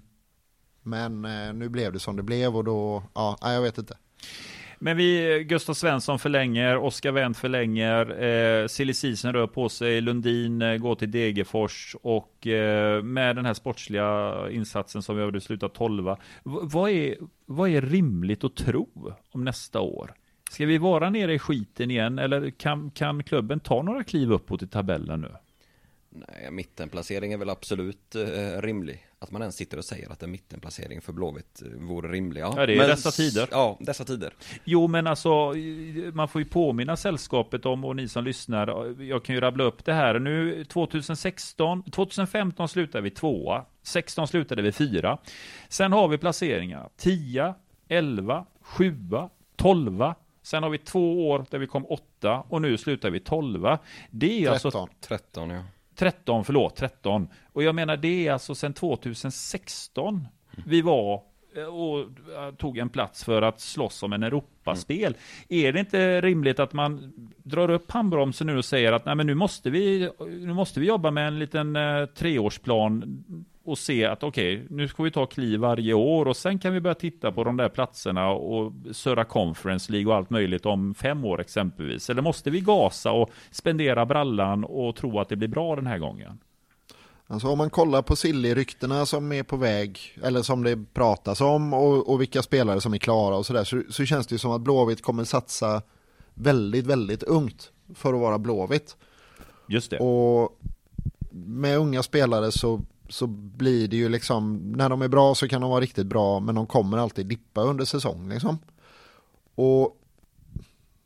[SPEAKER 1] Men eh, nu blev det som det blev och då, ja, nej, jag vet inte.
[SPEAKER 3] Men vi, Gustav Svensson förlänger, Oskar Wendt förlänger, eh, Silly Season rör på sig, Lundin eh, går till Degerfors och eh, med den här sportsliga insatsen som vi har slutat tolva. V- vad, är, vad är rimligt att tro om nästa år? Ska vi vara nere i skiten igen eller kan, kan klubben ta några kliv uppåt i tabellen nu?
[SPEAKER 4] Nej, mittenplacering är väl absolut eh, rimlig. Att man ens sitter och säger att en mittenplacering för Blåvitt eh, vore rimlig. Ja,
[SPEAKER 3] Ja, det är
[SPEAKER 4] Men
[SPEAKER 3] dessa
[SPEAKER 4] s-
[SPEAKER 3] tider.
[SPEAKER 4] Ja, dessa tider.
[SPEAKER 3] Jo, men alltså, man får ju påminna sällskapet om, och ni som lyssnar, jag kan ju rabbla upp det här. Nu tjugohundrasexton, tjugohundrafemton slutade vi tvåa, sexton slutade vi fyra. Sen har vi placeringar tio, elva, sju, tolv. Sen har vi två år där vi kom åtta och nu slutar vi tolva. Det är alltså
[SPEAKER 1] tretton.
[SPEAKER 4] tretton, ja.
[SPEAKER 3] tretton, förlåt, tretton. Och jag menar det är alltså sedan tjugohundrasexton vi var och tog en plats för att slåss om en Europaspel. Mm. Är det inte rimligt att man drar upp handbromsen nu och säger att nej, men nu måste vi nu måste vi jobba med en liten eh, treårsplan och se att okej, okay, nu ska vi ta kliv varje år och sen kan vi börja titta på de där platserna och Södra Conference League och allt möjligt om fem år exempelvis. Eller måste vi gasa och spendera brallan och tro att det blir bra den här gången?
[SPEAKER 1] Alltså om man kollar på Silly-ryktena som är på väg eller som det pratas om och, och vilka spelare som är klara och sådär så, så känns det ju som att Blåvitt kommer satsa väldigt, väldigt ungt för att vara Blåvitt.
[SPEAKER 3] Just det.
[SPEAKER 1] Och med unga spelare så, så blir det ju liksom, när de är bra så kan de vara riktigt bra men de kommer alltid dippa under säsong liksom. Och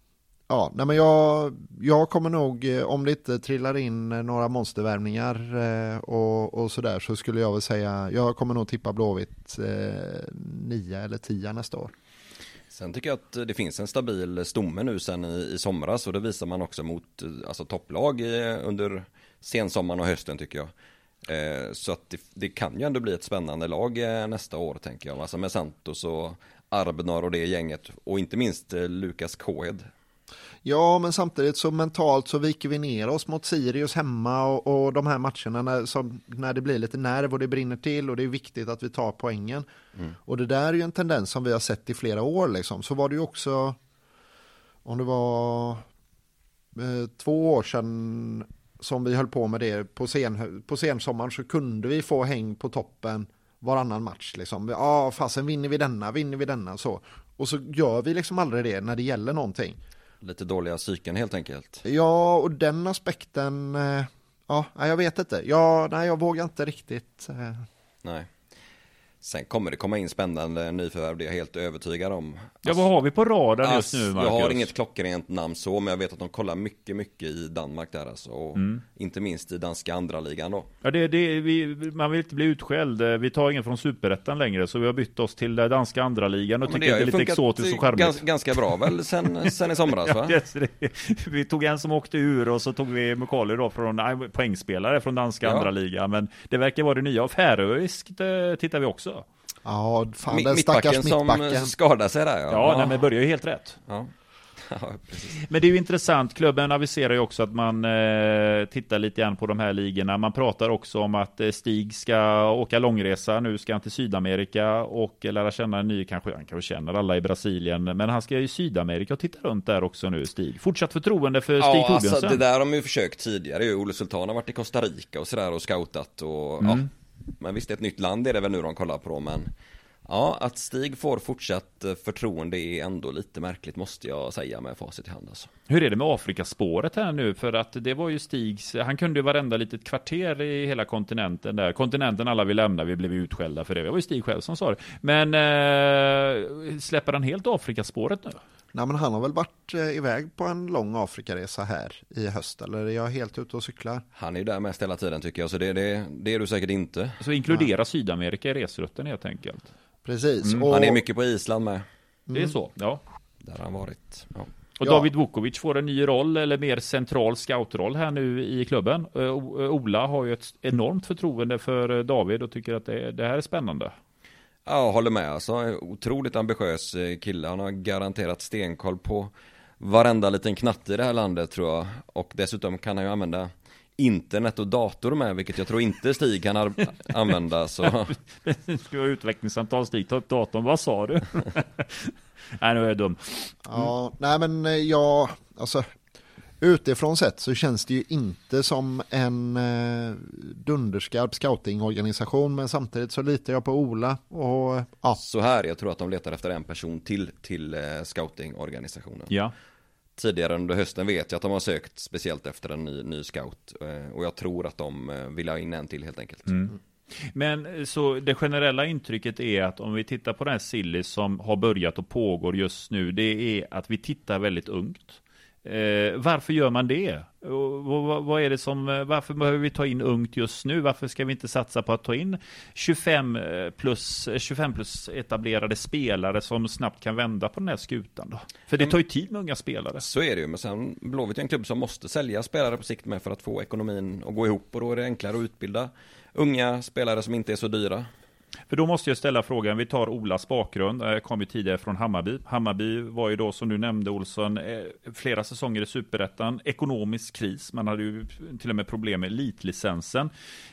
[SPEAKER 1] Ja, nej men jag, jag kommer nog, om det inte trillar in några monstervärvningar eh, och, och sådär, så skulle jag väl säga, jag kommer nog tippa Blåvitt eh, nio eller tio nästa år.
[SPEAKER 4] Sen tycker jag att det finns en stabil stomme nu sen i, i somras, och det visar man också mot alltså, topplag i, under sensommaren och hösten tycker jag. Eh, så att det, det kan ju ändå bli ett spännande lag eh, nästa år tänker jag. Alltså med Santos och Arbnar och det gänget, och inte minst eh, Lukas Kåhed.
[SPEAKER 1] Ja, men samtidigt så mentalt så viker vi ner oss mot Sirius hemma och, och de här matcherna när, som, när det blir lite nerv och det brinner till och det är viktigt att vi tar poängen. Mm. Och det där är ju en tendens som vi har sett i flera år liksom. Så var det ju också, om det var eh, två år sedan som vi höll på med det på, sen, på sensommaren, så kunde vi få häng på toppen varannan match liksom. Ja, fasen vinner vi denna, vinner vi denna så. Och så gör vi liksom aldrig det när det gäller någonting.
[SPEAKER 4] Lite dåliga psyken helt enkelt.
[SPEAKER 1] Ja, och den aspekten, eh, ja, jag vet inte. Ja, nej, jag vågar inte riktigt. Eh.
[SPEAKER 4] Nej. Sen kommer det komma in spännande nyförvärv, det är jag helt övertygad om.
[SPEAKER 3] Ja, vad har vi på radarn just nu, Marcus?
[SPEAKER 4] Jag har inget klockrent namn så, men jag vet att de kollar mycket, mycket i Danmark där alltså. Och mm. inte minst i danska andra ligan då.
[SPEAKER 3] Ja, det, det, vi, man vill inte bli utskälld. Vi tar ingen från Superettan längre, så vi har bytt oss till danska andra ligan och ja, tycker det, det är lite exotiskt och charmigt.
[SPEAKER 4] Gans, ganska bra väl sen, sen i somras va?
[SPEAKER 3] Ja, det, vi tog en som åkte ur och så tog vi Mukali då från nej, poängspelare från danska ja. andra ligan. Men det verkar vara det nya. Och färöiskt tittar vi också.
[SPEAKER 1] Ja, fan, den stackars mittbacken
[SPEAKER 4] som skadar sig där. Ja,
[SPEAKER 3] ja, ja. Nej, men börjar ju helt rätt.
[SPEAKER 4] Ja. Ja, precis.
[SPEAKER 3] Men det är ju intressant, klubben aviserar ju också att man eh, tittar lite grann på de här ligorna. Man pratar också om att eh, Stig ska åka långresa, nu ska han till Sydamerika och lära känna en ny, kanske han kanske känner alla i Brasilien, men han ska ju i Sydamerika och titta runt där också nu, Stig. Fortsatt förtroende för Stig
[SPEAKER 4] ja,
[SPEAKER 3] Torbjörnsson.
[SPEAKER 4] Alltså, det där har man ju försökt tidigare, Olle Sultan har varit i Costa Rica och sådär och scoutat och mm. ja. Men visst, ett nytt land är det väl nu de kollar på, men ja, att Stig får fortsatt förtroende är ändå lite märkligt, måste jag säga med facit i hand alltså.
[SPEAKER 3] Hur är det med Afrikaspåret här nu? För att det var ju Stigs, han kunde ju varenda litet kvarter i hela kontinenten där. Kontinenten alla vill lämna, vi blev utskällda för det. Det var ju Stig själv som sa det. Men äh, släpper han helt Afrikaspåret nu?
[SPEAKER 1] Nej, men han har väl varit eh, iväg på en lång Afrikaresa här i höst, eller är jag helt ute och cyklar?
[SPEAKER 4] Han är ju där mest hela tiden tycker jag, så det, det, det är du säkert inte.
[SPEAKER 3] Så inkludera ja. Sydamerika i resrutten helt enkelt.
[SPEAKER 1] Precis.
[SPEAKER 4] Mm. Och han är mycket på Island med.
[SPEAKER 3] Det är så, ja.
[SPEAKER 4] Där har han varit, ja.
[SPEAKER 3] Och ja. David Vukovic får en ny roll, eller mer central scoutroll här nu i klubben. Uh, Ola har ju ett enormt förtroende för David och tycker att det, det här är spännande.
[SPEAKER 4] Ja, jag håller med. Alltså, otroligt ambitiös kille. Han har garanterat stenkoll på varenda liten knatte i det här landet tror jag. Och dessutom kan han ju använda internet och dator med, vilket jag tror inte Stig kan ar- använda. Så.
[SPEAKER 3] Du har utvecklingssamtal, Stig, ta upp datorn. Vad sa du? Nej, nu är jag dum.
[SPEAKER 1] Ja, nej men jag, alltså utifrån sett så känns det ju inte som en eh, dunderskarp scoutingorganisation, men samtidigt så litar jag på Ola och ja.
[SPEAKER 4] Så här, jag tror att de letar efter en person till till eh, scoutingorganisationen.
[SPEAKER 3] Ja.
[SPEAKER 4] Tidigare under hösten vet jag att de har sökt speciellt efter en ny, ny scout eh, och jag tror att de eh, vill ha in en till helt enkelt.
[SPEAKER 3] Mm. Men så det generella intrycket är att om vi tittar på den här Silly som har börjat och pågår just nu, det är att vi tittar väldigt ungt. Eh, varför gör man det? Och, vad, vad är det som, varför behöver vi ta in ungt just nu? Varför ska vi inte satsa på att ta in tjugofem plus, tjugofem plus etablerade spelare som snabbt kan vända på den här skutan då? För det tar ju tid med unga spelare.
[SPEAKER 4] Så är det ju, men sen Blåvitt är en klubb som måste sälja spelare på sikt med för att få ekonomin att gå ihop, och då är det enklare att utbilda unga spelare som inte är så dyra.
[SPEAKER 3] För då måste jag ställa frågan, vi tar Olas bakgrund, jag kom ju tidigare från Hammarby. Hammarby var ju då, som du nämnde Olsson, flera säsonger i Superettan, ekonomisk kris, man hade ju till och med problem med elitlicensen.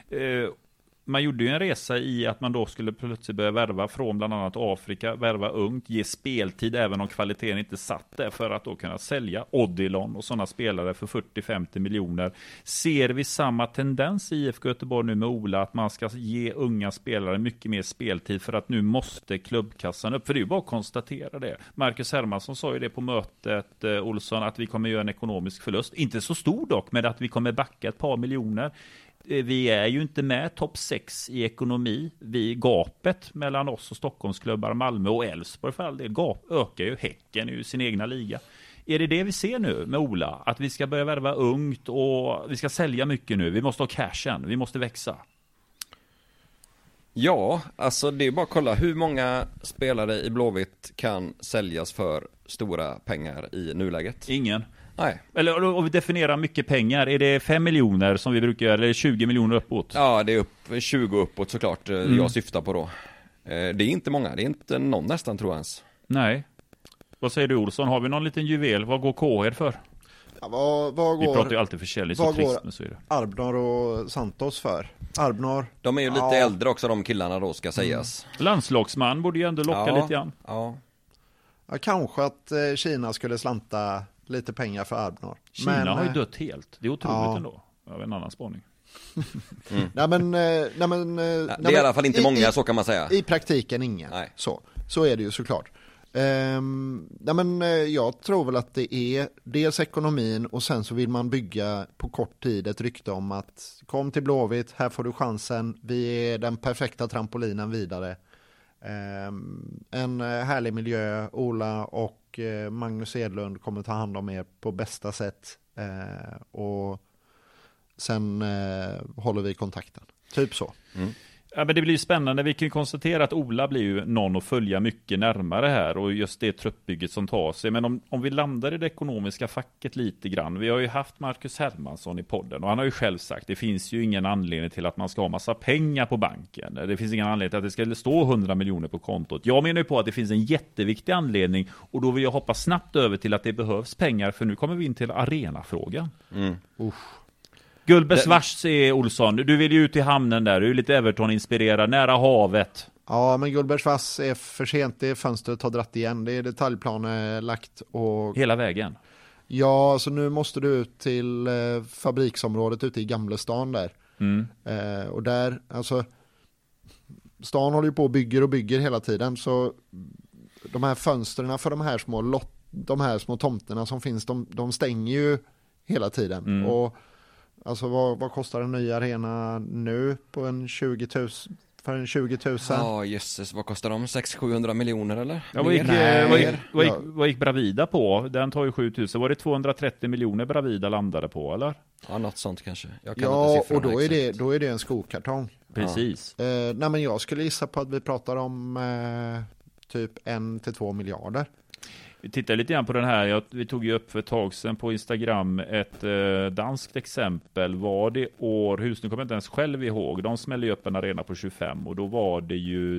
[SPEAKER 3] Man gjorde ju en resa i att man då skulle plötsligt börja värva från bland annat Afrika, värva ungt, ge speltid även om kvaliteten inte satt där, för att då kunna sälja Odilon och sådana spelare för fyrtio till femtio miljoner. Ser vi samma tendens i I F K Göteborg nu med Ola, att man ska ge unga spelare mycket mer speltid för att nu måste klubbkassan upp? För det är ju bara att konstatera det. Marcus Hermansson sa ju det på mötet, eh, Olsson, att vi kommer göra en ekonomisk förlust. Inte så stor dock, men att vi kommer backa ett par miljoner. Vi är ju inte med topp sex i ekonomi. Vi, gapet mellan oss och Stockholmsklubbar, Malmö och Elfsborg för all del, gap, ökar ju. Häcken i sin egna liga. Är det det vi ser nu med Ola? Att vi ska börja värva ungt och vi ska sälja mycket nu. Vi måste ha cashen, vi måste växa.
[SPEAKER 4] Ja, alltså det är bara att kolla hur många spelare i Blåvitt kan säljas för stora pengar i nuläget.
[SPEAKER 3] Ingen.
[SPEAKER 4] Nej.
[SPEAKER 3] Eller om vi definierar mycket pengar, är det fem miljoner som vi brukar göra, eller tjugo miljoner uppåt?
[SPEAKER 4] Ja, det är upp, tjugo uppåt såklart mm. jag syftar på då. Det är inte många, det är inte någon nästan tror jag ens.
[SPEAKER 3] Nej. Vad säger du Olsson, har vi någon liten juvel? Vad går K H R för?
[SPEAKER 1] Ja, vad, vad går,
[SPEAKER 3] vi pratar ju alltid försäljning, så trist, men så är det.
[SPEAKER 1] Arbnor och Santos för? Arbnor.
[SPEAKER 4] De är ju lite ja. äldre också, de killarna då ska sägas.
[SPEAKER 3] Mm. Landslagsman borde ju ändå locka
[SPEAKER 4] ja,
[SPEAKER 3] lite grann.
[SPEAKER 4] Ja.
[SPEAKER 1] ja, kanske att eh, Kina skulle slanta lite pengar för Arbnor.
[SPEAKER 3] Kina
[SPEAKER 1] men,
[SPEAKER 3] har ju dött helt. Det är otroligt
[SPEAKER 1] ja.
[SPEAKER 3] ändå. Av en annan spaning.
[SPEAKER 1] mm. nej, men, nej, men, nej,
[SPEAKER 4] det är men, i alla fall inte
[SPEAKER 1] i,
[SPEAKER 4] många,
[SPEAKER 1] i,
[SPEAKER 4] så kan man säga.
[SPEAKER 1] I praktiken ingen.
[SPEAKER 4] Nej.
[SPEAKER 1] Så, så är det ju såklart. Um, nej, men, jag tror väl att det är dels ekonomin och sen så vill man bygga på kort tid ett rykte om att kom till Blåvitt, här får du chansen, vi är den perfekta trampolinen vidare. Um, en härlig miljö, Ola och uh, Magnus Edlund kommer ta hand om er på bästa sätt uh, och sen uh, håller vi kontakten. Typ så.
[SPEAKER 3] Mm. Ja, men det blir ju spännande. Vi kan konstatera att Ola blir ju någon att följa mycket närmare här och just det truppbygget som tar sig. Men om, om vi landar i det ekonomiska facket lite grann. Vi har ju haft Marcus Hermansson i podden och han har ju själv sagt det finns ju ingen anledning till att man ska ha massa pengar på banken. Det finns ingen anledning till att det ska stå hundra miljoner på kontot. Jag menar ju på att det finns en jätteviktig anledning och då vill jag hoppa snabbt över till att det behövs pengar för nu kommer vi in till arenafrågan.
[SPEAKER 4] Mm.
[SPEAKER 3] Usch. Gullbergs vars är Olsson. Du vill ju ut i hamnen där. Du är lite Everton-inspirerad. Nära havet.
[SPEAKER 1] Ja, men Gullbergs vass är för sent. Det fönstret har dratt igen. Det är detaljplanelagt. Och...
[SPEAKER 3] hela vägen?
[SPEAKER 1] Ja, så nu måste du ut till eh, fabriksområdet ute i Gamlestan där. Mm. Eh, och där, alltså... Stan håller ju på och bygger och bygger hela tiden. Så de här fönstren för de här små, lot, de här små tomterna som finns, de, de stänger ju hela tiden. Mm. Och... Alltså vad, vad kostar en ny arena nu på en tjugo tusen, för en tjugo tusen?
[SPEAKER 4] Ja, jösses, vad kostar de? sex till sjuhundra miljoner eller?
[SPEAKER 3] Ja, vad, gick, vad, gick, vad, gick, vad gick Bravida på? Den tar ju sju tusen. Var det tvåhundratrettio miljoner Bravida landade på, eller?
[SPEAKER 4] Ja, något sånt kanske. Jag kan
[SPEAKER 1] ja,
[SPEAKER 4] inte
[SPEAKER 1] och då är, det, då är det en skokartong.
[SPEAKER 3] Precis.
[SPEAKER 1] Ja. Eh, nej, men jag skulle gissa på att vi pratar om eh, typ en till två miljarder.
[SPEAKER 3] Vi tittar lite grann på den här. Jag, vi tog ju upp för ett tag sedan på Instagram ett eh, danskt exempel. Var det år, hus, nu kommer jag inte ens själv ihåg. De smällde upp en arena på tjugofem och då var det ju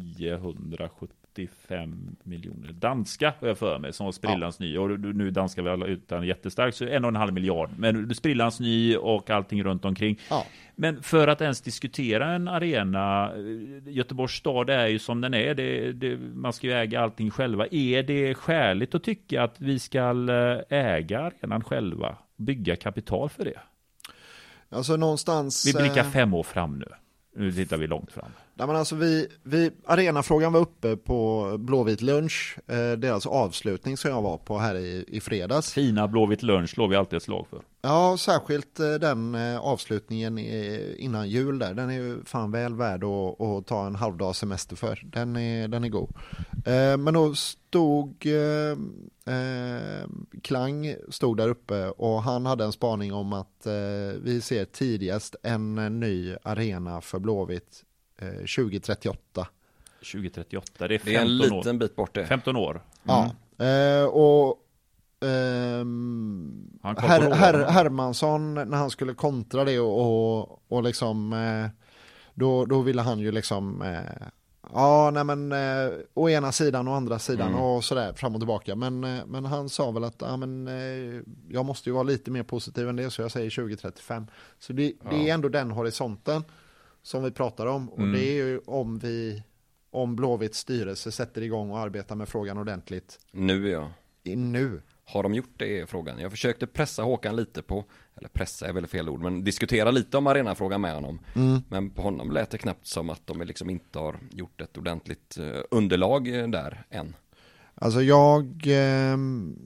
[SPEAKER 3] niohundrasjuttiofem miljoner danska har jag för mig som var sprillans ja. ny. Och nu är danska väl utan jättestarkt så en och en halv miljard. Men du sprillans ny och allting runt omkring.
[SPEAKER 1] Ja.
[SPEAKER 3] Men för att ens diskutera en arena, Göteborgs stad är ju som den är, det, det, man ska ju äga allting själva. Är det skäligt att tycka att vi ska äga arenan själva, bygga kapital för det?
[SPEAKER 1] Alltså någonstans...
[SPEAKER 3] Vi blickar fem år fram nu. Nu tittar vi långt fram.
[SPEAKER 1] Nej, men alltså vi, vi, arenafrågan var uppe på Blåvitt lunch. Eh, deras avslutning som jag var på här i, i fredags.
[SPEAKER 3] Fina Blåvitt lunch slår vi alltid ett slag för.
[SPEAKER 1] Ja, särskilt eh, den eh, avslutningen i, innan jul där. Den är ju fan väl värd att, att ta en halvdag semester för. Den är, den är god. Eh, men då stod eh, eh, Klang stod där uppe och han hade en spaning om att eh, vi ser tidigast en, en ny arena för Blåvitt tjugo trettioåtta.
[SPEAKER 3] tjugo trettioåtta, det är femton
[SPEAKER 4] det är en liten
[SPEAKER 3] år.
[SPEAKER 4] bit bort det.
[SPEAKER 3] femton år. Mm.
[SPEAKER 1] Ja, eh, och ehm, Her, Her, Hermansson när han skulle kontra det och, och, och liksom eh, då, då ville han ju liksom eh, ja, nej men eh, å ena sidan och andra sidan mm. och sådär fram och tillbaka. Men, eh, men han sa väl att ja, men, eh, jag måste ju vara lite mer positiv än det så jag säger tjugo trettiofem. Så det, ja. det är ändå den horisonten som vi pratar om och mm. det är ju om vi om Blåvitts styrelse sätter igång och arbetar med frågan ordentligt.
[SPEAKER 4] Nu ja.
[SPEAKER 1] Nu.
[SPEAKER 4] Har de gjort det är frågan. Jag försökte pressa Håkan lite på, eller pressa är väl fel ord, men diskutera lite om arenafrågan med honom. Mm. Men på honom lät det knappt som att de liksom inte har gjort ett ordentligt underlag där än.
[SPEAKER 1] Alltså jag eh,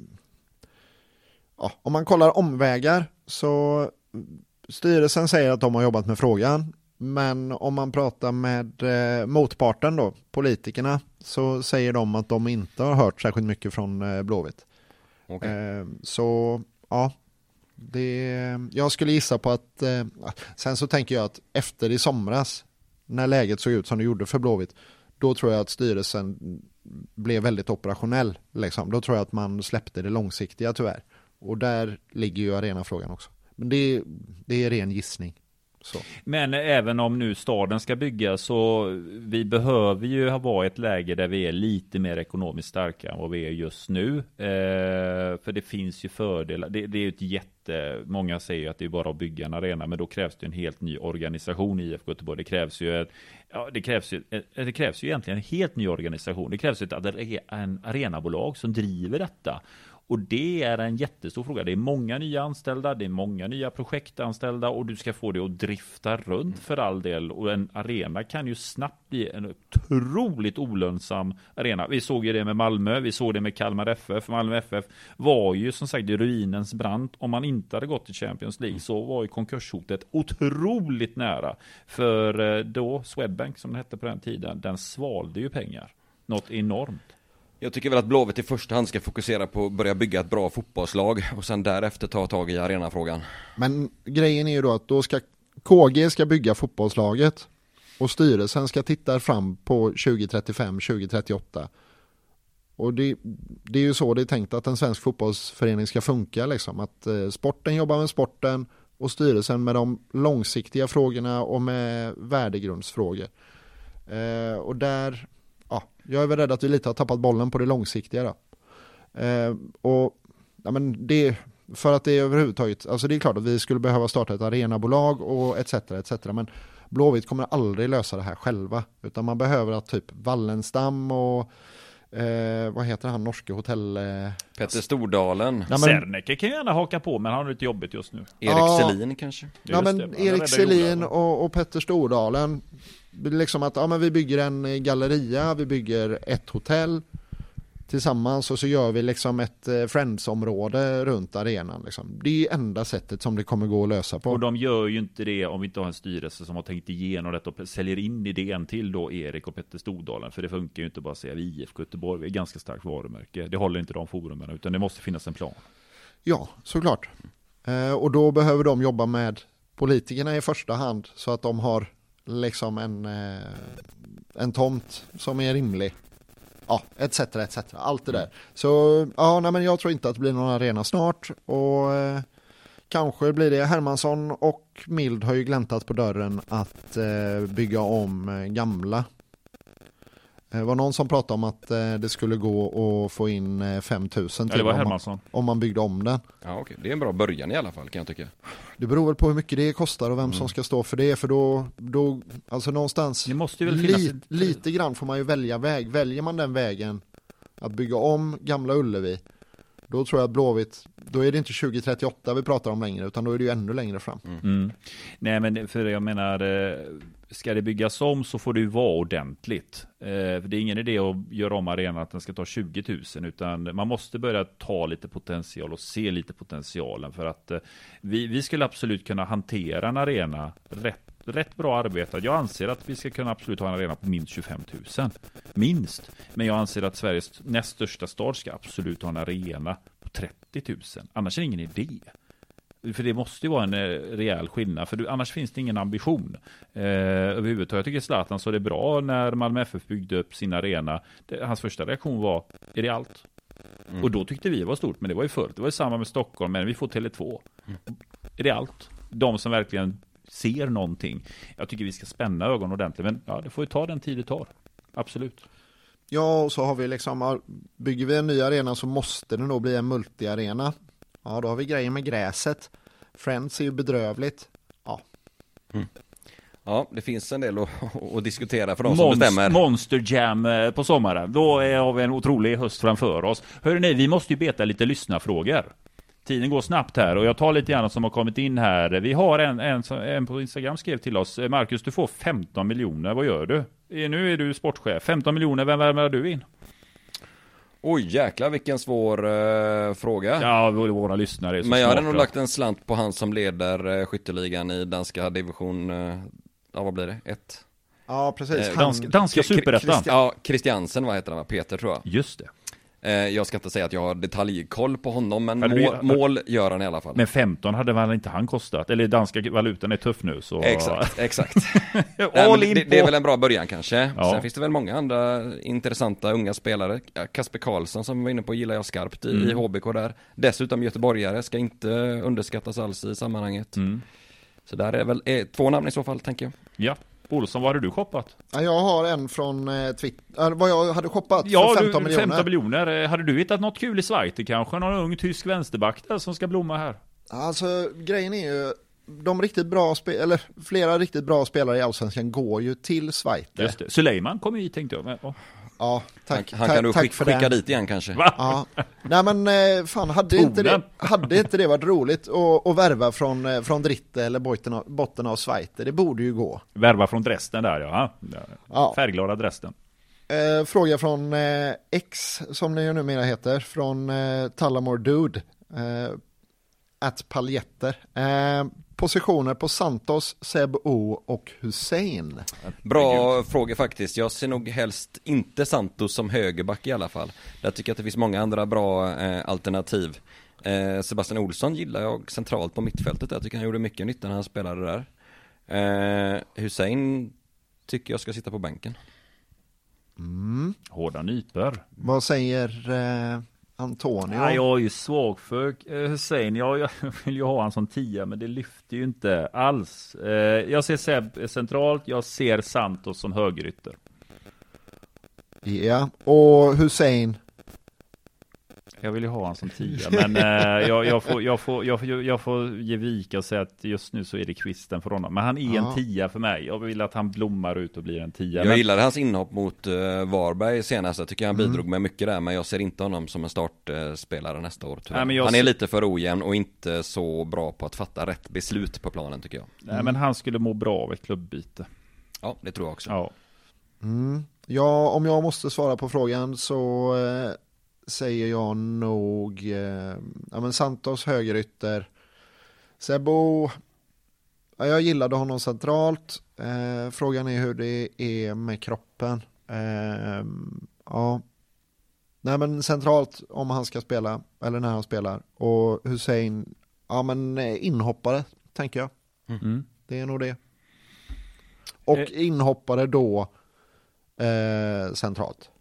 [SPEAKER 1] ja, om man kollar omvägar så styrelsen säger att de har jobbat med frågan. Men om man pratar med eh, motparten då, politikerna, så säger de att de inte har hört särskilt mycket från eh, Blåvitt.
[SPEAKER 4] Okay.
[SPEAKER 1] Eh, så ja, det, jag skulle gissa på att eh, sen så tänker jag att efter i somras när läget såg ut som det gjorde för Blåvitt, då tror jag att styrelsen blev väldigt operationell liksom. Då tror jag att man släppte det långsiktiga tyvärr. Och där ligger ju arenafrågan också. Men det, det är ren gissning. Så.
[SPEAKER 3] Men även om nu staden ska byggas, så vi behöver ju ha varit ett läge där vi är lite mer ekonomiskt starka än vad vi är just nu. Eh, för det finns ju fördelar. Det, det är ju ett jätte... Många säger ju att det är bara att bygga en arena, men då krävs det en helt ny organisation i I F K Göteborg. Det krävs ju ett, ja, det krävs ju det krävs ju egentligen en helt ny organisation. Det krävs ju ett en arenabolag som driver detta. Och det är en jättestor fråga. Det är många nya anställda, det är många nya projektanställda och du ska få det att drifta runt för all del. Och en arena kan ju snabbt bli en otroligt olönsam arena. Vi såg ju det med Malmö, vi såg det med Kalmar F F. Malmö F F var ju som sagt i ruinens brant. Om man inte hade gått till Champions League så var ju konkurshotet otroligt nära. För då, Swedbank som det hette på den tiden, den svalde ju pengar. Något enormt.
[SPEAKER 4] Jag tycker väl att Blåvitt i första hand ska fokusera på att börja bygga ett bra fotbollslag och sen därefter ta tag i arenafrågan.
[SPEAKER 1] Men grejen är ju då att då ska K G ska bygga fotbollslaget och styrelsen ska titta fram på tjugo trettiofem tjugo trettioåtta. Och det, det är ju så det är tänkt att en svensk fotbollsförening ska funka liksom. Att eh, sporten jobbar med sporten och styrelsen med de långsiktiga frågorna och med värdegrundsfrågor. Eh, och där... Ja, jag är väl rädd att vi lite har tappat bollen på det långsiktiga då. Eh, och ja, men det, för att det är överhuvudtaget, alltså det är klart att vi skulle behöva starta ett arenabolag och et cetera et cetera. Men Blåvitt kommer aldrig lösa det här själva, utan man behöver att typ Wallenstam och eh, vad heter han, norske hotell eh,
[SPEAKER 4] Petter Stordalen.
[SPEAKER 1] Ja, men,
[SPEAKER 3] Serneke kan ju gärna haka på, men han har lite jobbigt just nu.
[SPEAKER 4] Erik
[SPEAKER 1] ja,
[SPEAKER 4] Selin kanske.
[SPEAKER 1] Ja, men
[SPEAKER 3] det,
[SPEAKER 1] Erik Selin och, och Petter Stordalen, liksom att ja, men vi bygger en galleria, vi bygger ett hotell tillsammans och så gör vi liksom ett eh, friendsområde runt arenan liksom. Det är enda sättet som det kommer gå att lösa på.
[SPEAKER 3] Och de gör ju inte det om vi inte har en styrelse som har tänkt igenom detta och säljer in idén till då Erik och Petter Stordalen, för det funkar ju inte bara att säga vi I F K Göteborg, vi är ganska starkt varumärke. Det håller inte de forumen, utan det måste finnas en plan.
[SPEAKER 1] Ja, såklart. Eh, och då behöver de jobba med politikerna i första hand så att de har liksom en, eh, en tomt som är rimlig. Ja, et cetera et cetera. Allt det där. Mm. Så ja, nej, men jag tror inte att det blir någon arena snart. Och eh, kanske blir det. Hermansson och Mild har ju gläntat på dörren att eh, bygga om eh, gamla. Det var någon som pratade om att eh, det skulle gå att få in eh, fem tusen till
[SPEAKER 3] ja, det var
[SPEAKER 1] om, man, om man byggde om den.
[SPEAKER 4] Ja, okej. Det är en bra början i alla fall, kan jag tycka.
[SPEAKER 1] Det beror väl på hur mycket det kostar och vem mm. som ska stå för det. För då, då alltså någonstans
[SPEAKER 3] det måste väl finnas
[SPEAKER 1] li,
[SPEAKER 3] ett...
[SPEAKER 1] lite grann får man ju välja väg. Väljer man den vägen att bygga om Gamla Ullevi, då tror jag att Blåvitt, då är det inte tjugo trettioåtta vi pratar om längre, utan då är det ju ännu längre fram.
[SPEAKER 3] Mm. Mm. Nej, men för jag menar, ska det byggas om så får det ju vara ordentligt. För det är ingen idé att göra om arenan att den ska ta tjugo tusen, utan man måste börja ta lite potential och se lite potentialen, för att vi, vi skulle absolut kunna hantera en arena rätt rätt bra arbetat. Jag anser att vi ska kunna absolut ha en arena på minst tjugofem tusen. Minst. Men jag anser att Sveriges näst största stad ska absolut ha en arena på trettio tusen. Annars är det ingen idé. För det måste ju vara en rejäl skillnad. För du, annars finns det ingen ambition. Eh, överhuvudtaget. Jag tycker Zlatan så det är bra när Malmö F F byggde upp sin arena. Det, hans första reaktion var, är det allt? Mm. Och då tyckte vi det var stort. Men det var ju förr. Det var ju samma med Stockholm. Men vi får Tele två. Mm. Är det allt? De som verkligen ser någonting. Jag tycker vi ska spänna ögon ordentligt, men ja, det får ju ta den tid det tar. Absolut.
[SPEAKER 1] Ja, och så har vi liksom, bygger vi en ny arena så måste det nog bli en multiarena. Ja, då har vi grejer med gräset. Friends är ju bedrövligt. Ja.
[SPEAKER 4] Mm. Ja, det finns en del att, att diskutera för de
[SPEAKER 3] Monst-
[SPEAKER 4] som bestämmer.
[SPEAKER 3] Monster Jam på sommaren. Då är, har vi en otrolig höst framför oss. Hörrni, vi måste ju beta lite lyssnarfrågor. Tiden går snabbt här och jag tar lite grann som har kommit in här. Vi har en, en, en på Instagram skrev till oss. Marcus, du får femton miljoner. Vad gör du? Nu är du sportchef. femton miljoner, vem värmer du in?
[SPEAKER 4] Oj, jäklar vilken svår uh, fråga.
[SPEAKER 3] Ja, våra lyssnare är så
[SPEAKER 4] Men jag hade
[SPEAKER 3] smarta.
[SPEAKER 4] nog lagt en slant på han som leder uh, skytteligan i danska division. Uh, ja, vad blir det? Ett.
[SPEAKER 1] Ja, precis.
[SPEAKER 4] Uh,
[SPEAKER 3] danska danska superettan.
[SPEAKER 4] Christi- ja, Christiansen, vad heter han? Peter tror jag.
[SPEAKER 3] Just det.
[SPEAKER 4] Eh, jag ska inte säga att jag har detaljkoll på honom, men
[SPEAKER 3] Hade
[SPEAKER 4] mål,
[SPEAKER 3] vi-
[SPEAKER 4] mål gör han i alla fall.
[SPEAKER 3] Men femton hade väl inte han kostat? Eller danska valutan är tuff nu så...
[SPEAKER 4] Exakt, exakt. Nej,
[SPEAKER 3] All
[SPEAKER 4] men
[SPEAKER 3] in
[SPEAKER 4] det,
[SPEAKER 3] på...
[SPEAKER 4] det är väl en bra början kanske.
[SPEAKER 3] Ja.
[SPEAKER 4] Sen finns det väl många andra intressanta unga spelare. Kasper Karlsson som vi var inne på gillar jag skarpt i,
[SPEAKER 3] Mm.
[SPEAKER 4] i H B K där. Dessutom göteborgare, ska inte underskattas alls i sammanhanget.
[SPEAKER 3] Mm.
[SPEAKER 4] Så där är väl eh, två namn i så fall, tänker jag.
[SPEAKER 3] Ja. Olsson, vad hade du shoppat?
[SPEAKER 1] Ja, jag har en från eh, Twitter, äh, vad jag hade shoppat
[SPEAKER 3] Ja,
[SPEAKER 1] för
[SPEAKER 3] du,
[SPEAKER 1] femton miljoner.
[SPEAKER 3] femton miljoner. Hade du hittat något kul i Schweiz kanske? Någon ung tysk vänsterback där som ska blomma här?
[SPEAKER 1] Alltså grejen är ju, de riktigt bra spe- eller flera riktigt bra spelare i Allsvenskan går ju till Schweiz.
[SPEAKER 3] Just det. Suleiman kom hit tänkte jag. Men, oh.
[SPEAKER 1] Ja, tack.
[SPEAKER 4] Han, han
[SPEAKER 1] tack,
[SPEAKER 4] kan du
[SPEAKER 1] tack
[SPEAKER 4] skick,
[SPEAKER 1] för
[SPEAKER 4] skicka
[SPEAKER 1] det.
[SPEAKER 4] dit igen kanske.
[SPEAKER 3] Va?
[SPEAKER 1] Ja. Nej men eh, fan, hade inte, det, hade inte det varit roligt att, att värva från, eh, från Dritte eller botten av, botten av Schweiz? Det borde ju gå.
[SPEAKER 3] Värva från Dresden där, ja.
[SPEAKER 1] Ja.
[SPEAKER 3] Färgglada Dresden.
[SPEAKER 1] Eh, fråga från eh, X, som det ju numera heter, från eh, Tullamore Dude. Eh, at Paljetter. Eh, positioner på Santos, Seb O och Hussein.
[SPEAKER 4] Bra fråga faktiskt. Jag ser nog helst inte Santos som högerback i alla fall. Där tycker jag att det finns många andra bra eh, alternativ. Eh, Sebastian Olsson gillar jag centralt på mittfältet. Jag tycker han gjorde mycket nytta när han spelade där. Eh, Hussein tycker jag ska sitta på bänken.
[SPEAKER 1] Mm.
[SPEAKER 3] Hårda nyper.
[SPEAKER 1] Vad säger eh, Antonio?
[SPEAKER 3] Ja, jag är ju svag för eh, Hussein. Jag, jag vill ju ha han som tia, men det lyfter ju inte alls. Eh, jag ser Seb centralt, jag ser Santos som högerytter.
[SPEAKER 1] Ja, och Hussein.
[SPEAKER 3] Jag vill ju ha han som tia, men eh, jag, jag, får, jag, får, jag, får, jag får ge vika och säga att just nu så är det kvisten för honom. Men han är
[SPEAKER 1] Ja.
[SPEAKER 3] en tia för mig. Jag vill att han blommar ut och blir en tia.
[SPEAKER 4] Jag
[SPEAKER 3] Men,
[SPEAKER 4] gillade hans inhopp mot uh, Varberg senast. Jag tycker han bidrog
[SPEAKER 1] Mm.
[SPEAKER 4] med mycket där. Men jag ser inte honom som en startspelare uh, nästa år tyvärr.
[SPEAKER 3] Nej, men jag
[SPEAKER 4] Han
[SPEAKER 3] ser-
[SPEAKER 4] är lite för ojämn och inte så bra på att fatta rätt beslut på planen tycker jag.
[SPEAKER 3] nej, men han skulle må bra av ett klubbyte.
[SPEAKER 4] Ja, det tror jag också.
[SPEAKER 3] Ja.
[SPEAKER 1] Mm. Ja, om jag måste svara på frågan så eh, säger jag nog eh, ja, men Santos högerytter. Sebo, ja, jag gillade honom centralt. Eh, frågan är hur det är med kroppen. Eh, ja. Nej, men centralt om han ska spela eller när han spelar. Och Hussein, ja men eh, inhoppare tänker jag.
[SPEAKER 3] Mm.
[SPEAKER 1] Det är nog det. Och
[SPEAKER 3] Eh.
[SPEAKER 1] inhoppare då eh, centralt.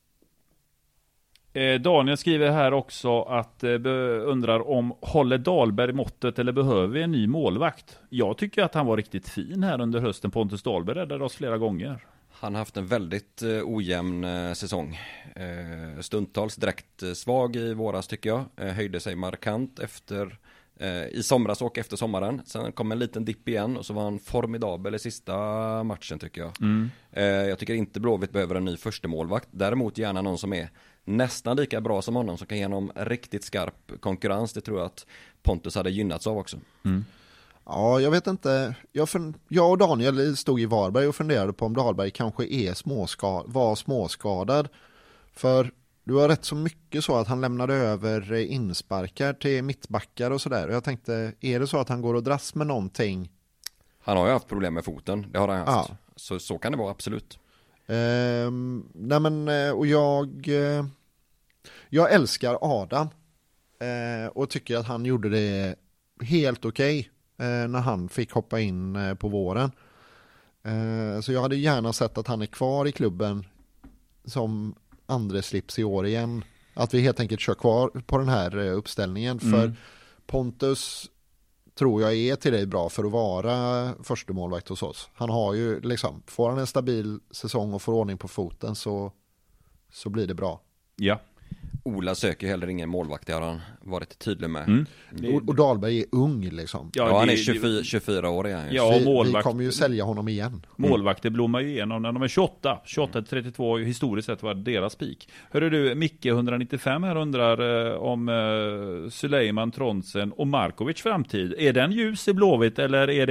[SPEAKER 3] Eh, Daniel skriver här också att eh, be- undrar om håller Dahlberg måttet eller behöver vi en ny målvakt? Jag tycker att han var riktigt fin här under hösten. Pontus Dahlberg räddade oss flera gånger.
[SPEAKER 4] Han har haft en väldigt uh, ojämn uh, säsong. Uh, stundtals direkt uh, svag i våras tycker jag. Uh, höjde sig markant efter uh, i somras och efter sommaren. Sen kom en liten dipp igen och så var han formidabel i sista matchen tycker jag.
[SPEAKER 3] Mm.
[SPEAKER 4] Uh, jag tycker inte Blåvitt behöver en ny första målvakt. Däremot gärna någon som är nästan lika bra som honom som kan ge honom riktigt skarp konkurrens. Det tror jag att Pontus hade gynnats av också.
[SPEAKER 3] Mm.
[SPEAKER 1] Ja, jag vet inte. Jag, fun- jag och Daniel stod i Varberg och funderade på om Dahlberg kanske är småska- var småskadad. För du har rätt så mycket så att han lämnade över insparkar till mittbackar och sådär. Och jag tänkte, är det så att han går och dras med någonting?
[SPEAKER 4] Han har ju haft problem med foten. Det har han haft.
[SPEAKER 1] Ja.
[SPEAKER 4] Så, så kan det vara, absolut.
[SPEAKER 1] Ehm, nej men, eh, och jag eh, jag älskar Adam eh, och tycker att han gjorde det helt okej eh, när han fick hoppa in eh, på våren. Eh, så jag hade gärna sett att han är kvar i klubben som andra slips i år igen. Att vi helt enkelt kör kvar på den här eh, uppställningen. För
[SPEAKER 3] Mm.
[SPEAKER 1] Pontus tror jag är tillräckligt bra för att vara första målvakt hos oss. Han har ju liksom, får han en stabil säsong och får ordning på foten så, så blir det bra.
[SPEAKER 3] Ja.
[SPEAKER 4] Ola söker heller ingen målvakt, det har han varit tydlig med.
[SPEAKER 3] Mm.
[SPEAKER 1] Och, och Dahlberg är ung liksom.
[SPEAKER 4] Ja,
[SPEAKER 3] Ja,
[SPEAKER 4] han
[SPEAKER 3] det-
[SPEAKER 4] är tjugofyra, tjugofyra år igen.
[SPEAKER 3] Ja,
[SPEAKER 1] vi, vi
[SPEAKER 3] målvakt.
[SPEAKER 1] kommer ju sälja honom igen.
[SPEAKER 3] Målvakter blommar ju igenom när de är tjugoåtta. tjugoåtta till trettiotvå har ju historiskt sett varit deras peak. Hörru du, Micke etthundranittiofem här undrar eh, om eh, Suleiman, Tronsen och Markovic framtid. Är den ljus i Blåvitt eller är det,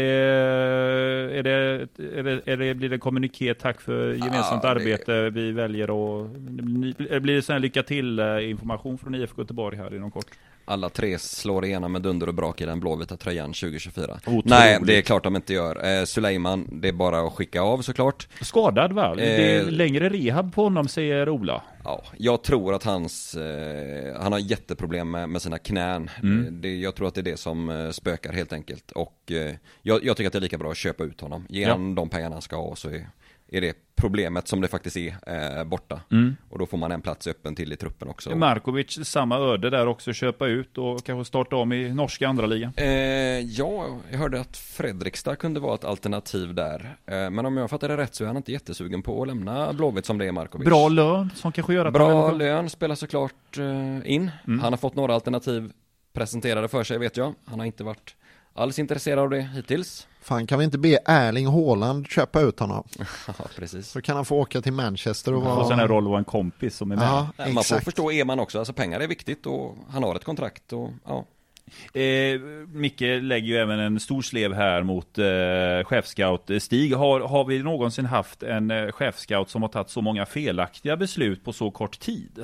[SPEAKER 3] är det, är det, är det blir det kommuniké tack för gemensamt
[SPEAKER 4] Ja, det-
[SPEAKER 3] arbete vi väljer och blir det sån här lycka till eh, information från I F K Göteborg här inom kort?
[SPEAKER 4] alla tre slår igenom med dunder och brak i den blåvita tröjan tjugo tjugofyra.
[SPEAKER 3] Otroligt.
[SPEAKER 4] Nej, det är klart de inte gör. Eh, Suleiman, det är bara att skicka av såklart.
[SPEAKER 3] Skadad va? Det är
[SPEAKER 4] Eh,
[SPEAKER 3] längre rehab på honom, säger Ola.
[SPEAKER 4] Ja, jag tror att hans, eh, han har jätteproblem med, med sina knän.
[SPEAKER 3] Mm.
[SPEAKER 4] Eh, Det, jag tror att det är det som eh, spökar helt enkelt. Och eh, jag, jag tycker att det är lika bra att köpa ut honom. Ge
[SPEAKER 3] Ja.
[SPEAKER 4] honom de pengarna han ska ha, så är, är det problemet som det faktiskt är eh, borta.
[SPEAKER 3] Mm.
[SPEAKER 4] Och då får man en plats öppen till i truppen också.
[SPEAKER 3] Markovic, samma öde där också, köpa ut och kanske starta om i norska andra ligan.
[SPEAKER 4] Eh, ja, jag hörde att Fredrikstad kunde vara ett alternativ där. Eh, men om jag fattar det rätt så är han inte jättesugen på att lämna Blåvitt som det är, Markovic.
[SPEAKER 3] Bra lön som kanske gör att
[SPEAKER 4] Bra
[SPEAKER 3] han
[SPEAKER 4] lön spelar såklart eh, in.
[SPEAKER 3] Mm.
[SPEAKER 4] Han har fått några alternativ presenterade för sig, vet jag. Han har inte varit alls intresserad av det hittills.
[SPEAKER 1] Fan, kan vi inte be Erling Haaland köpa ut honom?
[SPEAKER 4] Ja, precis.
[SPEAKER 1] Så kan han få åka till Manchester och vara...
[SPEAKER 3] och sen en roll och en kompis som är med.
[SPEAKER 1] Ja,
[SPEAKER 4] Nej, man får
[SPEAKER 1] exakt.
[SPEAKER 4] förstå Eman också, alltså pengar är viktigt och han har ett kontrakt och ja.
[SPEAKER 3] Eh, Micke lägger ju även en stor slev här mot eh, chefscout Stig. Har, har vi någonsin haft en eh, chefscout som har tagit så många felaktiga beslut på så kort tid?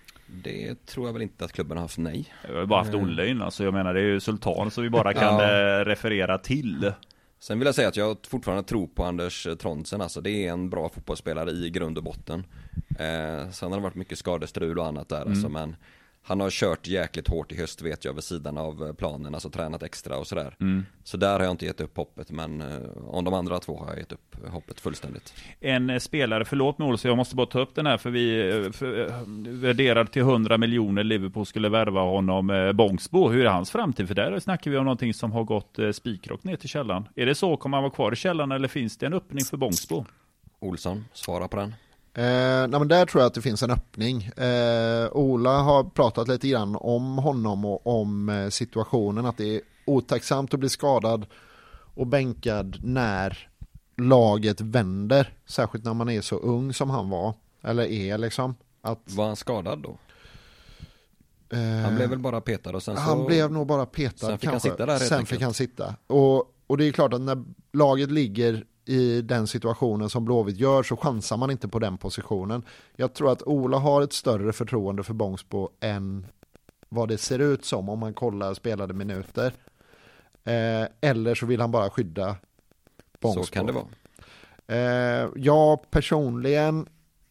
[SPEAKER 4] Det tror jag väl inte att klubben har haft, nej.
[SPEAKER 3] Jag har bara haft Olle in, alltså jag menar det är ju Sultan som vi bara kan
[SPEAKER 4] Ja.
[SPEAKER 3] eh, referera till.
[SPEAKER 4] Sen vill jag säga att jag fortfarande tror på Anders Trondsen, alltså det är en bra fotbollsspelare i grund och botten. Eh, sen har det varit mycket skadestrul och annat där,
[SPEAKER 3] Mm.
[SPEAKER 4] alltså, men han har kört jäkligt hårt i höst, vet jag, vid sidan av planen, alltså tränat extra och sådär.
[SPEAKER 3] Mm.
[SPEAKER 4] Så där har jag inte gett upp hoppet, men eh, om de andra två har jag gett upp hoppet fullständigt.
[SPEAKER 3] En eh, spelare, förlåt mig Olsson, jag måste bara ta upp den här för vi eh, för, eh, värderade till hundra miljoner Liverpool skulle värva honom eh, Bångsbo. Hur är hans framtid? För där snackar vi om någonting som har gått eh, spikrakt ner till källan. Är det så? Kommer han vara kvar i källan eller finns det en öppning för Bångsbo?
[SPEAKER 4] Olsson, svara på den.
[SPEAKER 1] Eh, nej men där tror jag att det finns en öppning. Eh, Ola har pratat lite grann om honom och om eh, situationen, att det är otacksamt att bli skadad och bänkad när laget vänder, särskilt när man är så ung som han var, eller är liksom. Att,
[SPEAKER 4] Var han skadad då?
[SPEAKER 1] eh,
[SPEAKER 4] Han blev väl bara petad och sen så...
[SPEAKER 1] han blev nog bara petad.
[SPEAKER 4] Sen fick han
[SPEAKER 1] kanske.
[SPEAKER 4] sitta där helt
[SPEAKER 1] Sen
[SPEAKER 4] enkelt.
[SPEAKER 1] fick han sitta. Och, och det är klart att när laget ligger i den situationen som Blåvitt gör så chansar man inte på den positionen. Jag tror att Ola har ett större förtroende för Bångsbo än vad det ser ut som om man kollar spelade minuter. Eh, eller så vill han bara skydda Bångsbo.
[SPEAKER 4] Så kan det vara.
[SPEAKER 1] Eh, jag personligen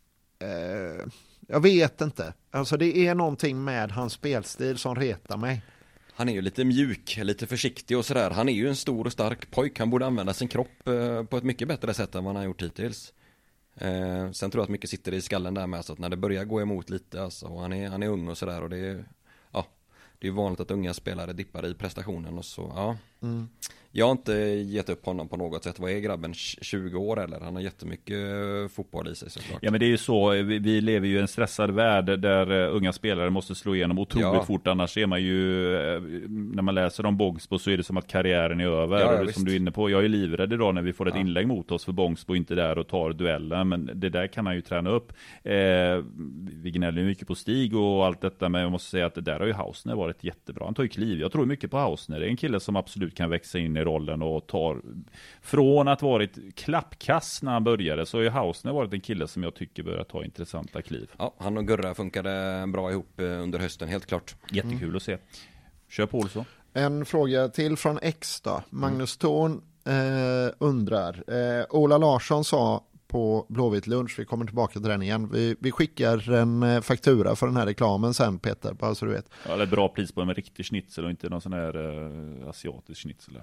[SPEAKER 1] eh, jag vet inte. Alltså det är någonting med hans spelstil som retar mig.
[SPEAKER 4] Han är ju lite mjuk, lite försiktig och sådär. Han är ju en stor och stark pojk. Han borde använda sin kropp eh, på ett mycket bättre sätt än vad han har gjort hittills. Eh, sen tror jag att mycket sitter i skallen där med, så att när det börjar gå emot lite, alltså, och han är, han är ung och sådär, och det är, ja, det är ju vanligt att unga spelare dippar i prestationen och så, ja.
[SPEAKER 1] Mm.
[SPEAKER 4] Jag har inte gett upp honom på något sätt. Vad är grabben, tjugo år eller? Han har jättemycket fotboll i sig såklart.
[SPEAKER 3] Ja men det är ju så, vi, vi lever ju i en stressad värld där uh, unga spelare måste slå igenom otroligt
[SPEAKER 4] Ja.
[SPEAKER 3] fort, annars är man ju, uh, när man läser om Bångsbo så är det som att karriären är över.
[SPEAKER 4] Ja, ja,
[SPEAKER 3] och det
[SPEAKER 4] visst.
[SPEAKER 3] som du är inne på, jag är livrädd idag när vi får ett
[SPEAKER 4] Ja.
[SPEAKER 3] inlägg mot oss för Bångsbo inte där och tar duellen, men det där kan han ju träna upp. Eh, vi gnäller ju mycket på Stig och allt detta, men jag måste säga att det där har ju Hausner varit jättebra. Han tar ju kliv, jag tror mycket på Hausner. Det är en kille som absolut kan växa in i rollen och tar, från att varit klappkass när han började, så har ju Hausner varit en kille som jag tycker börjar ta intressanta kliv.
[SPEAKER 4] Ja, han och Gurra funkade bra ihop eh, under hösten, helt klart.
[SPEAKER 3] Jättekul mm. att se. Kör på Olsson.
[SPEAKER 1] En fråga till från X då. Magnus Thorn eh, undrar. Eh, Ola Larsson sa på Blåvitt lunch, vi kommer tillbaka till den igen. Vi, vi skickar en eh, faktura för den här reklamen sen, Peter, bara så du vet.
[SPEAKER 3] Ja, det är bra pris på en riktig schnitzel och inte någon sån här eh, asiatisk schnitzel.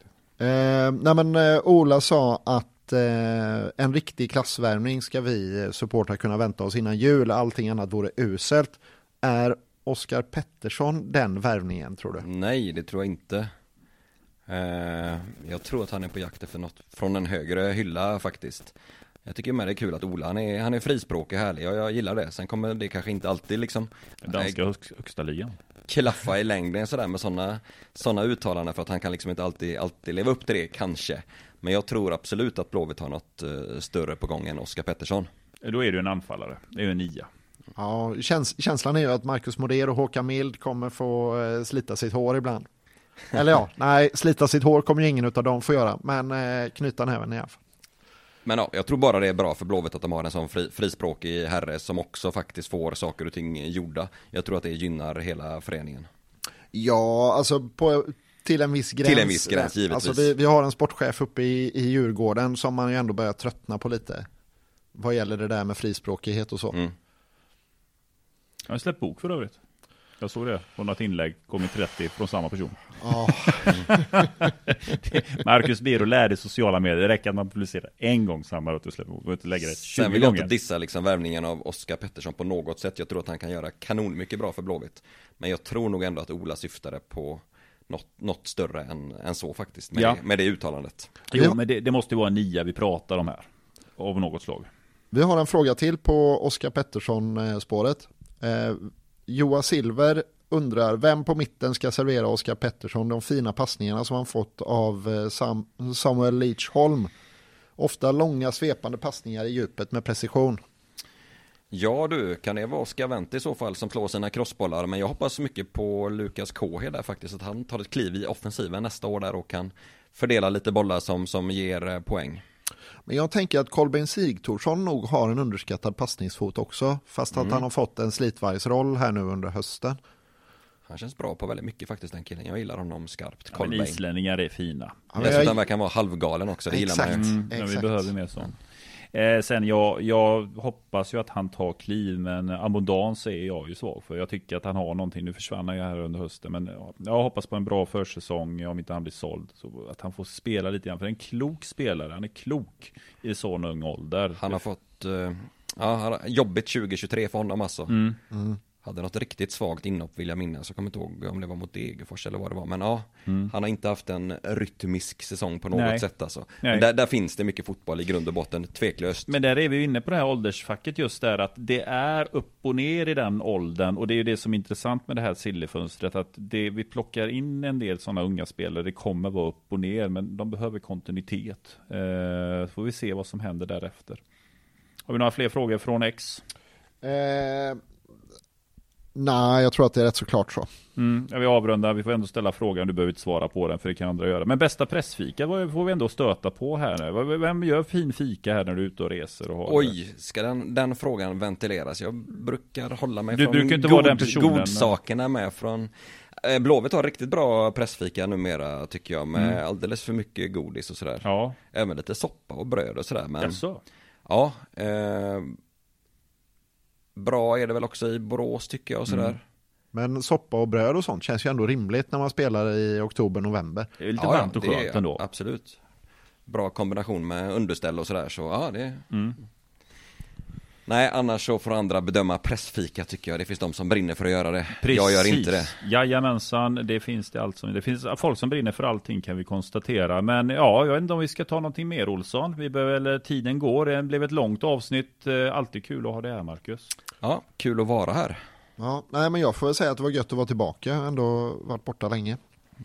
[SPEAKER 1] Eh, nej men eh, Ola sa att eh, en riktig klassvärmning ska vi supportrar kunna vänta oss innan jul. Allting annat vore uselt. Är Oskar Pettersson den värvningen, tror du?
[SPEAKER 4] Nej, det tror jag inte. Eh, jag tror att han är på jakt efter något från en högre hylla faktiskt. Jag tycker med det är kul att Ola, han är, han är frispråkig, härlig, och jag gillar det. Sen kommer det kanske inte alltid liksom
[SPEAKER 3] danska hög, högsta ligan
[SPEAKER 4] klaffa i längden sådär med sådana såna uttalanden, för att han kan liksom inte alltid, alltid leva upp till det, kanske. Men jag tror absolut att Blåvitt har något uh, större på gång än Oskar Pettersson.
[SPEAKER 3] Då är du en anfallare, det är ju en nia.
[SPEAKER 1] Ja, käns- känslan är ju att Marcus Moder och Håkan Mild kommer få eh, slita sitt hår ibland. Eller ja, nej, slita sitt hår kommer ju ingen av dem få göra, men eh, knyta näven i alla fall.
[SPEAKER 4] Men ja, jag tror bara det är bra för Blåvitt att de har en sån fri, frispråkig herre som också faktiskt får saker och ting gjorda. Jag tror att det gynnar hela föreningen.
[SPEAKER 1] Ja, alltså på, till en viss gräns.
[SPEAKER 4] Till en viss gräns, givetvis.
[SPEAKER 1] Alltså vi, vi har en sportchef uppe i, i Djurgården som man ju ändå börjar tröttna på lite. Vad gäller det där med frispråkighet och så.
[SPEAKER 4] Mm.
[SPEAKER 3] Jag har släppt bok för övrigt. Jag såg det på något inlägg, kom i trettio från samma person.
[SPEAKER 1] Ja.
[SPEAKER 3] Marcus Biro lärde sociala medier. Det räcker att man publicerar en gång samma och släpper bok. Och inte lägger det tjugo
[SPEAKER 4] Sen vill jag
[SPEAKER 3] gånger.
[SPEAKER 4] inte dissa liksom värvningen av Oskar Pettersson på något sätt. Jag tror att han kan göra kanon mycket bra för Blåvitt. Men jag tror nog ändå att Ola syftade på något, något större än, än så faktiskt. Med,
[SPEAKER 3] Ja.
[SPEAKER 4] det, med det uttalandet.
[SPEAKER 3] Jo,
[SPEAKER 1] Ja.
[SPEAKER 3] men det, det måste ju vara en nia vi pratar om här. Av något slag.
[SPEAKER 1] Vi har en fråga till på Oskar Pettersson-spåret. Eh, Joa Silver undrar, vem på mitten ska servera Oskar Pettersson de fina passningarna som han fått av eh, Sam, Samuel Leachholm? Ofta långa svepande passningar i djupet med precision.
[SPEAKER 4] Ja du, kan det vara Oskar Wendt i så fall som slår sina crossbollar. Men jag hoppas mycket på Lukas Kåhe där faktiskt. Att han tar ett kliv i offensiven nästa år där och kan fördela lite bollar som, som ger eh, poäng.
[SPEAKER 1] Men jag tänker att Kolbeinn Sigthorsson nog har en underskattad passningsfot också. Fast
[SPEAKER 4] Mm.
[SPEAKER 1] att han har fått en slitvargsroll här nu under hösten.
[SPEAKER 4] Han känns bra på väldigt mycket faktiskt, den killen. Jag gillar honom skarpt.
[SPEAKER 3] Ja, men
[SPEAKER 4] Kolbeinn.
[SPEAKER 3] islänningar är fina.
[SPEAKER 1] Ja, men
[SPEAKER 4] Dessutom
[SPEAKER 1] jag-
[SPEAKER 4] verkar han vara halvgalen också, det gillar man
[SPEAKER 1] Exakt.
[SPEAKER 4] ju.
[SPEAKER 3] Mm, men vi
[SPEAKER 1] Exakt.
[SPEAKER 3] behöver mer sånt. Eh, sen jag, jag hoppas ju att han tar kliv, men Abondans är jag ju svag för. Jag tycker att han har någonting. Nu försvann han ju här under hösten, men ja, jag hoppas på en bra försäsong om inte han blir såld. Så att han får spela lite grann, för en klok spelare. Han är klok i sån ung ålder.
[SPEAKER 4] Han har fått, uh, ja, han har jobbigt tjugo tjugotre för honom alltså.
[SPEAKER 3] Mm.
[SPEAKER 1] Mm.
[SPEAKER 4] Hade något riktigt svagt inhopp vill jag minnas. Jag kommer inte ihåg om det var mot Degerfors eller vad det var. Men ja,
[SPEAKER 3] Mm.
[SPEAKER 4] han har inte haft en rytmisk säsong på något
[SPEAKER 3] Nej.
[SPEAKER 4] sätt alltså.
[SPEAKER 3] Nej.
[SPEAKER 4] Men där, där finns det mycket fotboll i grund och botten, tveklöst.
[SPEAKER 3] Men där är vi ju inne på det här åldersfacket just där, att det är upp och ner i den åldern, och det är ju det som är intressant med det här Silly-fönstret, att det, vi plockar in en del sådana unga spelare, det kommer vara upp och ner, men de behöver kontinuitet. Eh, får vi se vad som händer därefter. Har vi några fler frågor från X?
[SPEAKER 1] Eh, nej, jag tror att det är rätt så klart så.
[SPEAKER 3] Mm, ja, vi avrundar, vi får ändå ställa frågan, du behöver inte svara på den för det kan andra göra. Men bästa pressfika, vad får vi ändå stöta på här nu? Vem gör fin fika här när du är ute och reser? Och har
[SPEAKER 4] Oj, ska den, den frågan ventileras? Jag brukar hålla mig
[SPEAKER 3] Du
[SPEAKER 4] från
[SPEAKER 3] brukar inte
[SPEAKER 4] god,
[SPEAKER 3] vara den personen,
[SPEAKER 4] godsakerna med från eh, Blåvitt har riktigt bra pressfika numera tycker jag, med
[SPEAKER 3] Mm.
[SPEAKER 4] alldeles för mycket godis och sådär.
[SPEAKER 3] Ja,
[SPEAKER 4] Även lite soppa och bröd och sådär. Men
[SPEAKER 3] jaså?
[SPEAKER 4] ja, eh, bra är det väl också i Borås tycker jag och sådär.
[SPEAKER 3] Mm.
[SPEAKER 1] Men soppa och bröd och sånt känns ju ändå rimligt när man spelar i oktober, november.
[SPEAKER 3] Det är lite
[SPEAKER 4] Ja,
[SPEAKER 3] varmt och
[SPEAKER 4] det
[SPEAKER 3] skönt
[SPEAKER 4] är,
[SPEAKER 3] ändå.
[SPEAKER 4] Absolut. Bra kombination med underställ och sådär. Så ja, det...
[SPEAKER 3] Mm.
[SPEAKER 4] Nej, annars så får andra bedöma pressfika tycker jag. Det finns de som brinner för att göra det.
[SPEAKER 3] Precis.
[SPEAKER 4] Jag gör inte det.
[SPEAKER 3] Jajamensan, det finns det allt som, det finns folk som brinner för allting kan vi konstatera. Men ja, jag vet inte om vi ska ta någonting mer, Olsson. Vi behöver, eller tiden går, det blev ett långt avsnitt. Eh, Alltid kul att ha det här, Marcus.
[SPEAKER 4] Ja, kul att vara här.
[SPEAKER 1] Ja, nej, men jag får väl säga att det var gött att vara tillbaka. Ändå varit borta länge.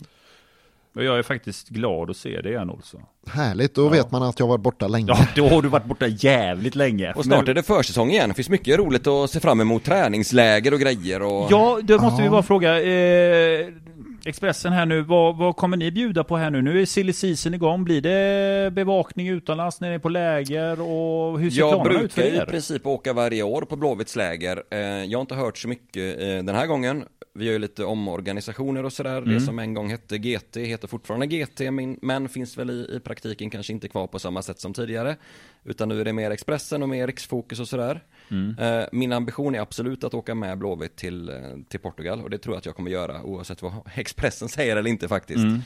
[SPEAKER 3] Och jag är faktiskt glad att se det igen, Olsson.
[SPEAKER 1] Härligt, då
[SPEAKER 3] Ja.
[SPEAKER 1] vet man att jag varit borta länge.
[SPEAKER 3] Ja, då har du varit borta jävligt länge.
[SPEAKER 4] Och snart
[SPEAKER 3] Men-
[SPEAKER 4] är det försäsong igen. Det finns mycket roligt att se fram emot, träningsläger och grejer och...
[SPEAKER 3] Ja, då måste vi
[SPEAKER 1] Ja.
[SPEAKER 3] bara fråga eh, Expressen här nu, vad, vad kommer ni bjuda på här nu? Nu är silly season igång, blir det bevakning utomlands när ni är på läger och hur ser
[SPEAKER 4] Jag
[SPEAKER 3] planerna ut för
[SPEAKER 4] brukar i
[SPEAKER 3] er?
[SPEAKER 4] princip åka varje år på Blåvitts läger. Eh, Jag har inte hört så mycket eh, den här gången. Vi har ju lite omorganisationer och sådär.
[SPEAKER 3] Mm.
[SPEAKER 4] Det som en gång hette G T heter fortfarande G T, men- men finns väl i, i praktiken kanske inte kvar på samma sätt som tidigare. Utan nu är det mer Expressen och mer Riksfokus och sådär.
[SPEAKER 3] Mm.
[SPEAKER 4] Eh, Min ambition är absolut att åka med Blåvitt till, eh, till Portugal. Och det tror jag att jag kommer göra oavsett vad Expressen säger eller inte faktiskt.
[SPEAKER 3] Mm.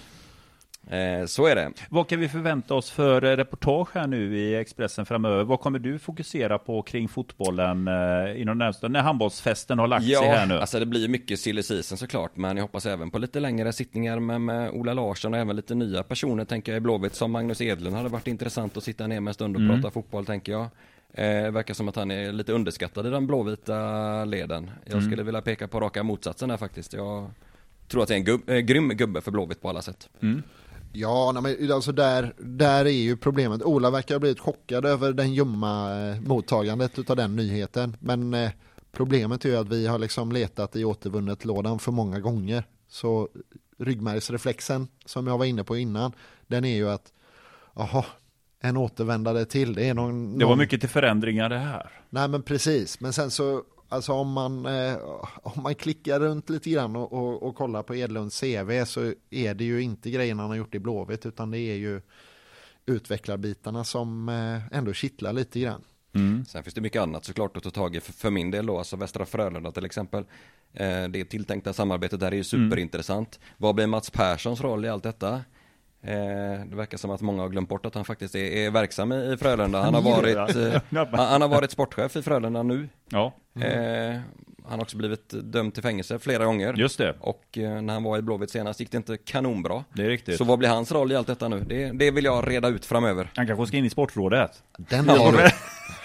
[SPEAKER 4] Eh, Så är det.
[SPEAKER 3] Vad kan vi förvänta oss för eh, reportage här nu i Expressen framöver? Vad kommer du fokusera på kring fotbollen eh, inom närmsta, när handbollsfesten har lagt sig här nu?
[SPEAKER 4] Ja, alltså det blir mycket silly season såklart. Men jag hoppas även på lite längre sittningar med, med Ola Larsson och även lite nya personer tänker jag i Blåvitt. Som Magnus Edlund hade varit intressant att sitta ner med en stund och
[SPEAKER 3] Mm.
[SPEAKER 4] prata fotboll tänker jag. Eh, Det verkar som att han är lite underskattad i den blåvita leden. Jag
[SPEAKER 3] Mm.
[SPEAKER 4] skulle vilja peka på raka motsatsen här faktiskt. Jag tror att det är en gubb, eh, grym gubbe för Blåvitt på alla sätt.
[SPEAKER 3] Mm.
[SPEAKER 1] Ja, nej, men alltså där, där är ju problemet. Ola verkar ha blivit chockad över den ljumma eh, mottagandet utav den nyheten. Men eh, problemet är ju att vi har liksom letat i återvunnet lådan för många gånger. Så ryggmärgsreflexen som jag var inne på innan, den är ju att aha, en återvändare till. Det är någon,
[SPEAKER 3] Det var
[SPEAKER 1] någon...
[SPEAKER 3] mycket till förändringar det här.
[SPEAKER 1] Nej men precis, men sen så Alltså om man, eh, om man klickar runt lite grann och, och, och kollar på Edlunds C V så är det ju inte grejerna han har gjort i Blåvitt, utan det är ju utvecklarbitarna som eh, ändå kittlar lite grann.
[SPEAKER 4] Mm. Sen finns det mycket annat såklart att ta tag i för, för min del då, alltså Västra Frölunda till exempel. Eh, det tilltänkta samarbetet där är ju superintressant. Mm. Vad blir Mats Perssons roll i allt detta? Eh, det verkar som att många har glömt bort att han faktiskt är, är verksam i, i Frölunda. Han har varit eh, han, han har varit sportchef i Frölunda nu.
[SPEAKER 3] Ja.
[SPEAKER 4] Mm. Eh, han har också blivit dömd till fängelse flera gånger.
[SPEAKER 3] Just det.
[SPEAKER 4] Och eh, när han var i Blåvitt senast gick det inte kanonbra.
[SPEAKER 3] Det är riktigt.
[SPEAKER 4] Så vad blir hans roll i allt detta nu? Det, det vill jag reda ut framöver.
[SPEAKER 3] Han kanske ska in i sportrådet.
[SPEAKER 1] Den har du.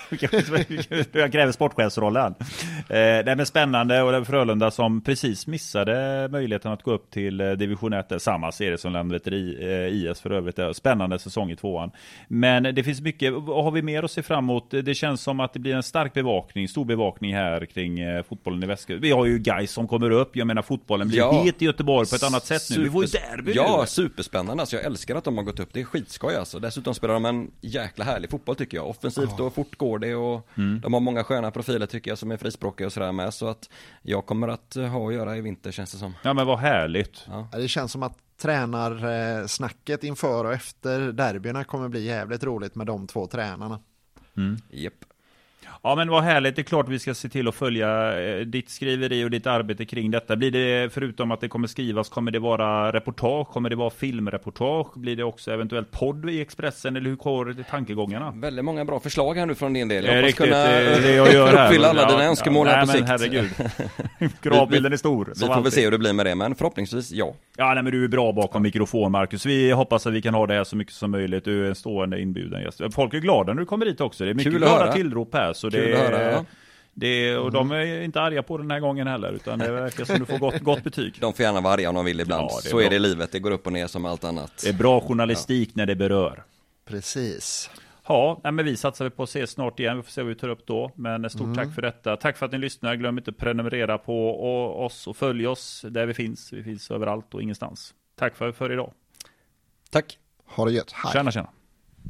[SPEAKER 3] Jag kräver sportchefsrollen. Eh, det är spännande, och det är Frölunda som precis missade möjligheten att gå upp till eh, division ett, samma serie som Landvetter eh, I S för övrigt. Är spännande säsong i tvåan. Men det finns mycket, har vi mer att se fram emot? Det känns som att det blir en stark bevakning, stor bevakning här kring eh, fotbollen i Västkusten. Vi har ju guys som kommer upp, jag menar fotbollen blir ja. het i Göteborg på ett annat sätt nu. Vi får ju derby.
[SPEAKER 4] Ja, superspännande. Alltså, jag älskar att de har gått upp, det är skitskoj alltså. Dessutom spelar de en jäkla härlig fotboll tycker jag. Offensivt oh. och fort går det, och mm. de har många sköna profiler tycker jag som är frispråkiga och sådär med, så att jag kommer att ha att göra i vinter känns det som.
[SPEAKER 3] Ja, men vad härligt.
[SPEAKER 1] Ja. Det känns som att tränarsnacket inför och efter derbyna kommer bli jävligt roligt med de två tränarna.
[SPEAKER 4] Mm. Yep.
[SPEAKER 3] Ja, men vad härligt. Det är klart vi ska se till att följa eh, ditt skriveri och ditt arbete kring detta. Blir det, förutom att det kommer skrivas, kommer det vara reportage? Kommer det vara filmreportage? Blir det också eventuellt podd i Expressen? Eller hur går tankegångarna?
[SPEAKER 4] Väldigt många bra förslag här nu från din del.
[SPEAKER 3] Jag
[SPEAKER 4] hoppas
[SPEAKER 3] riktigt,
[SPEAKER 4] kunna
[SPEAKER 3] det, det jag gör här.
[SPEAKER 4] uppfylla alla dina ja, önskemål ja, här på
[SPEAKER 3] nej,
[SPEAKER 4] sikt.
[SPEAKER 3] Men herregud. Gravbilden är stor.
[SPEAKER 4] Vi får väl se hur det blir med det, men förhoppningsvis ja.
[SPEAKER 3] Ja, nej, men du är bra bakom mikrofon, Marcus. Vi hoppas att vi kan ha det här så mycket som möjligt. Du är en stående inbjuden gäst. Folk är glada när du kommer dit också. Det är mycket glada tillrop här. Så det är, höra, ja. det, och de är inte arga på den här gången heller, utan det verkar som du får gott, gott betyg.
[SPEAKER 4] De får gärna vara arga om de vill ibland. Ja, är så bra. Är det i livet, det går upp och ner som allt annat.
[SPEAKER 3] Det är bra journalistik ja. när det berör.
[SPEAKER 1] Precis.
[SPEAKER 3] Ja, men vi satsar på att se snart igen. Vi får se vad vi tar upp då. Men stort mm. tack för detta. Tack för att ni lyssnar. Glöm inte att prenumerera på oss och följ oss där vi finns. Vi finns överallt och ingenstans. Tack för, för idag.
[SPEAKER 4] Tack.
[SPEAKER 1] Ha det gött. Hej.
[SPEAKER 3] Tjena, tjena.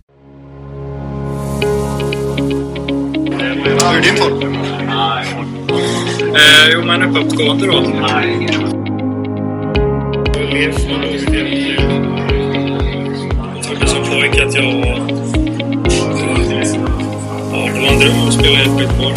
[SPEAKER 5] Hur är din form? Eh, jo, men uppåtgående då. Nej. Jag trodde som pojk att jag var... Ja, det var en dröm att spela i ett skitboll.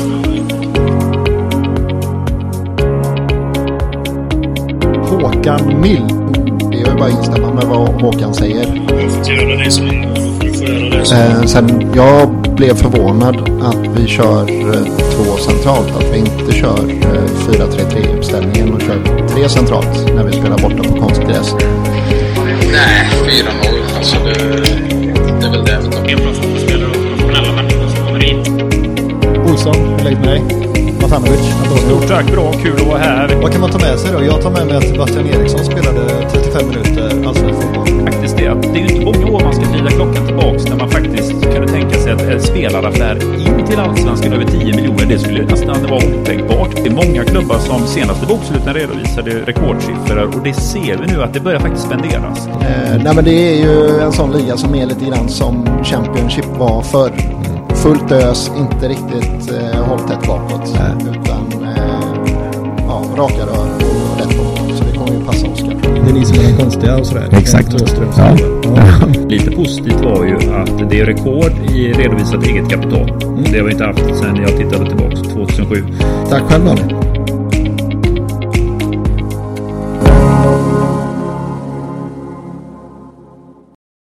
[SPEAKER 1] Håkan Mill. Det är ju bara att instämma med vad Håkan säger.
[SPEAKER 5] Jag har fått göra det som du får göra det som.
[SPEAKER 1] Eh, sen jag blev förvånad att vi kör eh, två centralt. Att vi inte kör eh, fyra tre tre-uppställningen och kör tre centralt när vi spelar borta på konstgräs.
[SPEAKER 6] Nej, fyra noll. Alltså det, det är väl det.
[SPEAKER 5] Det är bra fotbollsspelare och professionella människor som kommer in.
[SPEAKER 2] Olsson, hur lägger dig? Matanovic,
[SPEAKER 3] stort tack, bra, kul att vara här.
[SPEAKER 2] Vad kan man ta med sig då? Jag tar med mig att Sebastian Eriksson spelade trettiofem minuter allsvensk fotboll.
[SPEAKER 3] Faktiskt det, det är ju inte många år man ska vrida klockan tillbaks när man faktiskt kunde tänka sig att en spelaraffär in till allsvenskan över tio miljoner, det skulle nästan vara otänkbart. Det är många klubbar som senaste boksluten redovisade rekordsiffror, och det ser vi nu att det börjar faktiskt spenderas.
[SPEAKER 1] Eh, nej men det är ju en sån liga som är lite grann som Championship var förr. Fullt ös, inte riktigt eh, hållt ett bakåt. Nej. Utan eh, ja, raka rör och rätt bakåt. Så det kommer ju passa Oskar.
[SPEAKER 2] Det är ni som är konstiga och sådär.
[SPEAKER 3] Exakt. Ja. Ja. Lite positivt var ju att det är rekord i redovisat eget kapital. Mm. Det har vi inte haft sedan jag tittade tillbaka tjugohundrasju.
[SPEAKER 1] Tack själv då.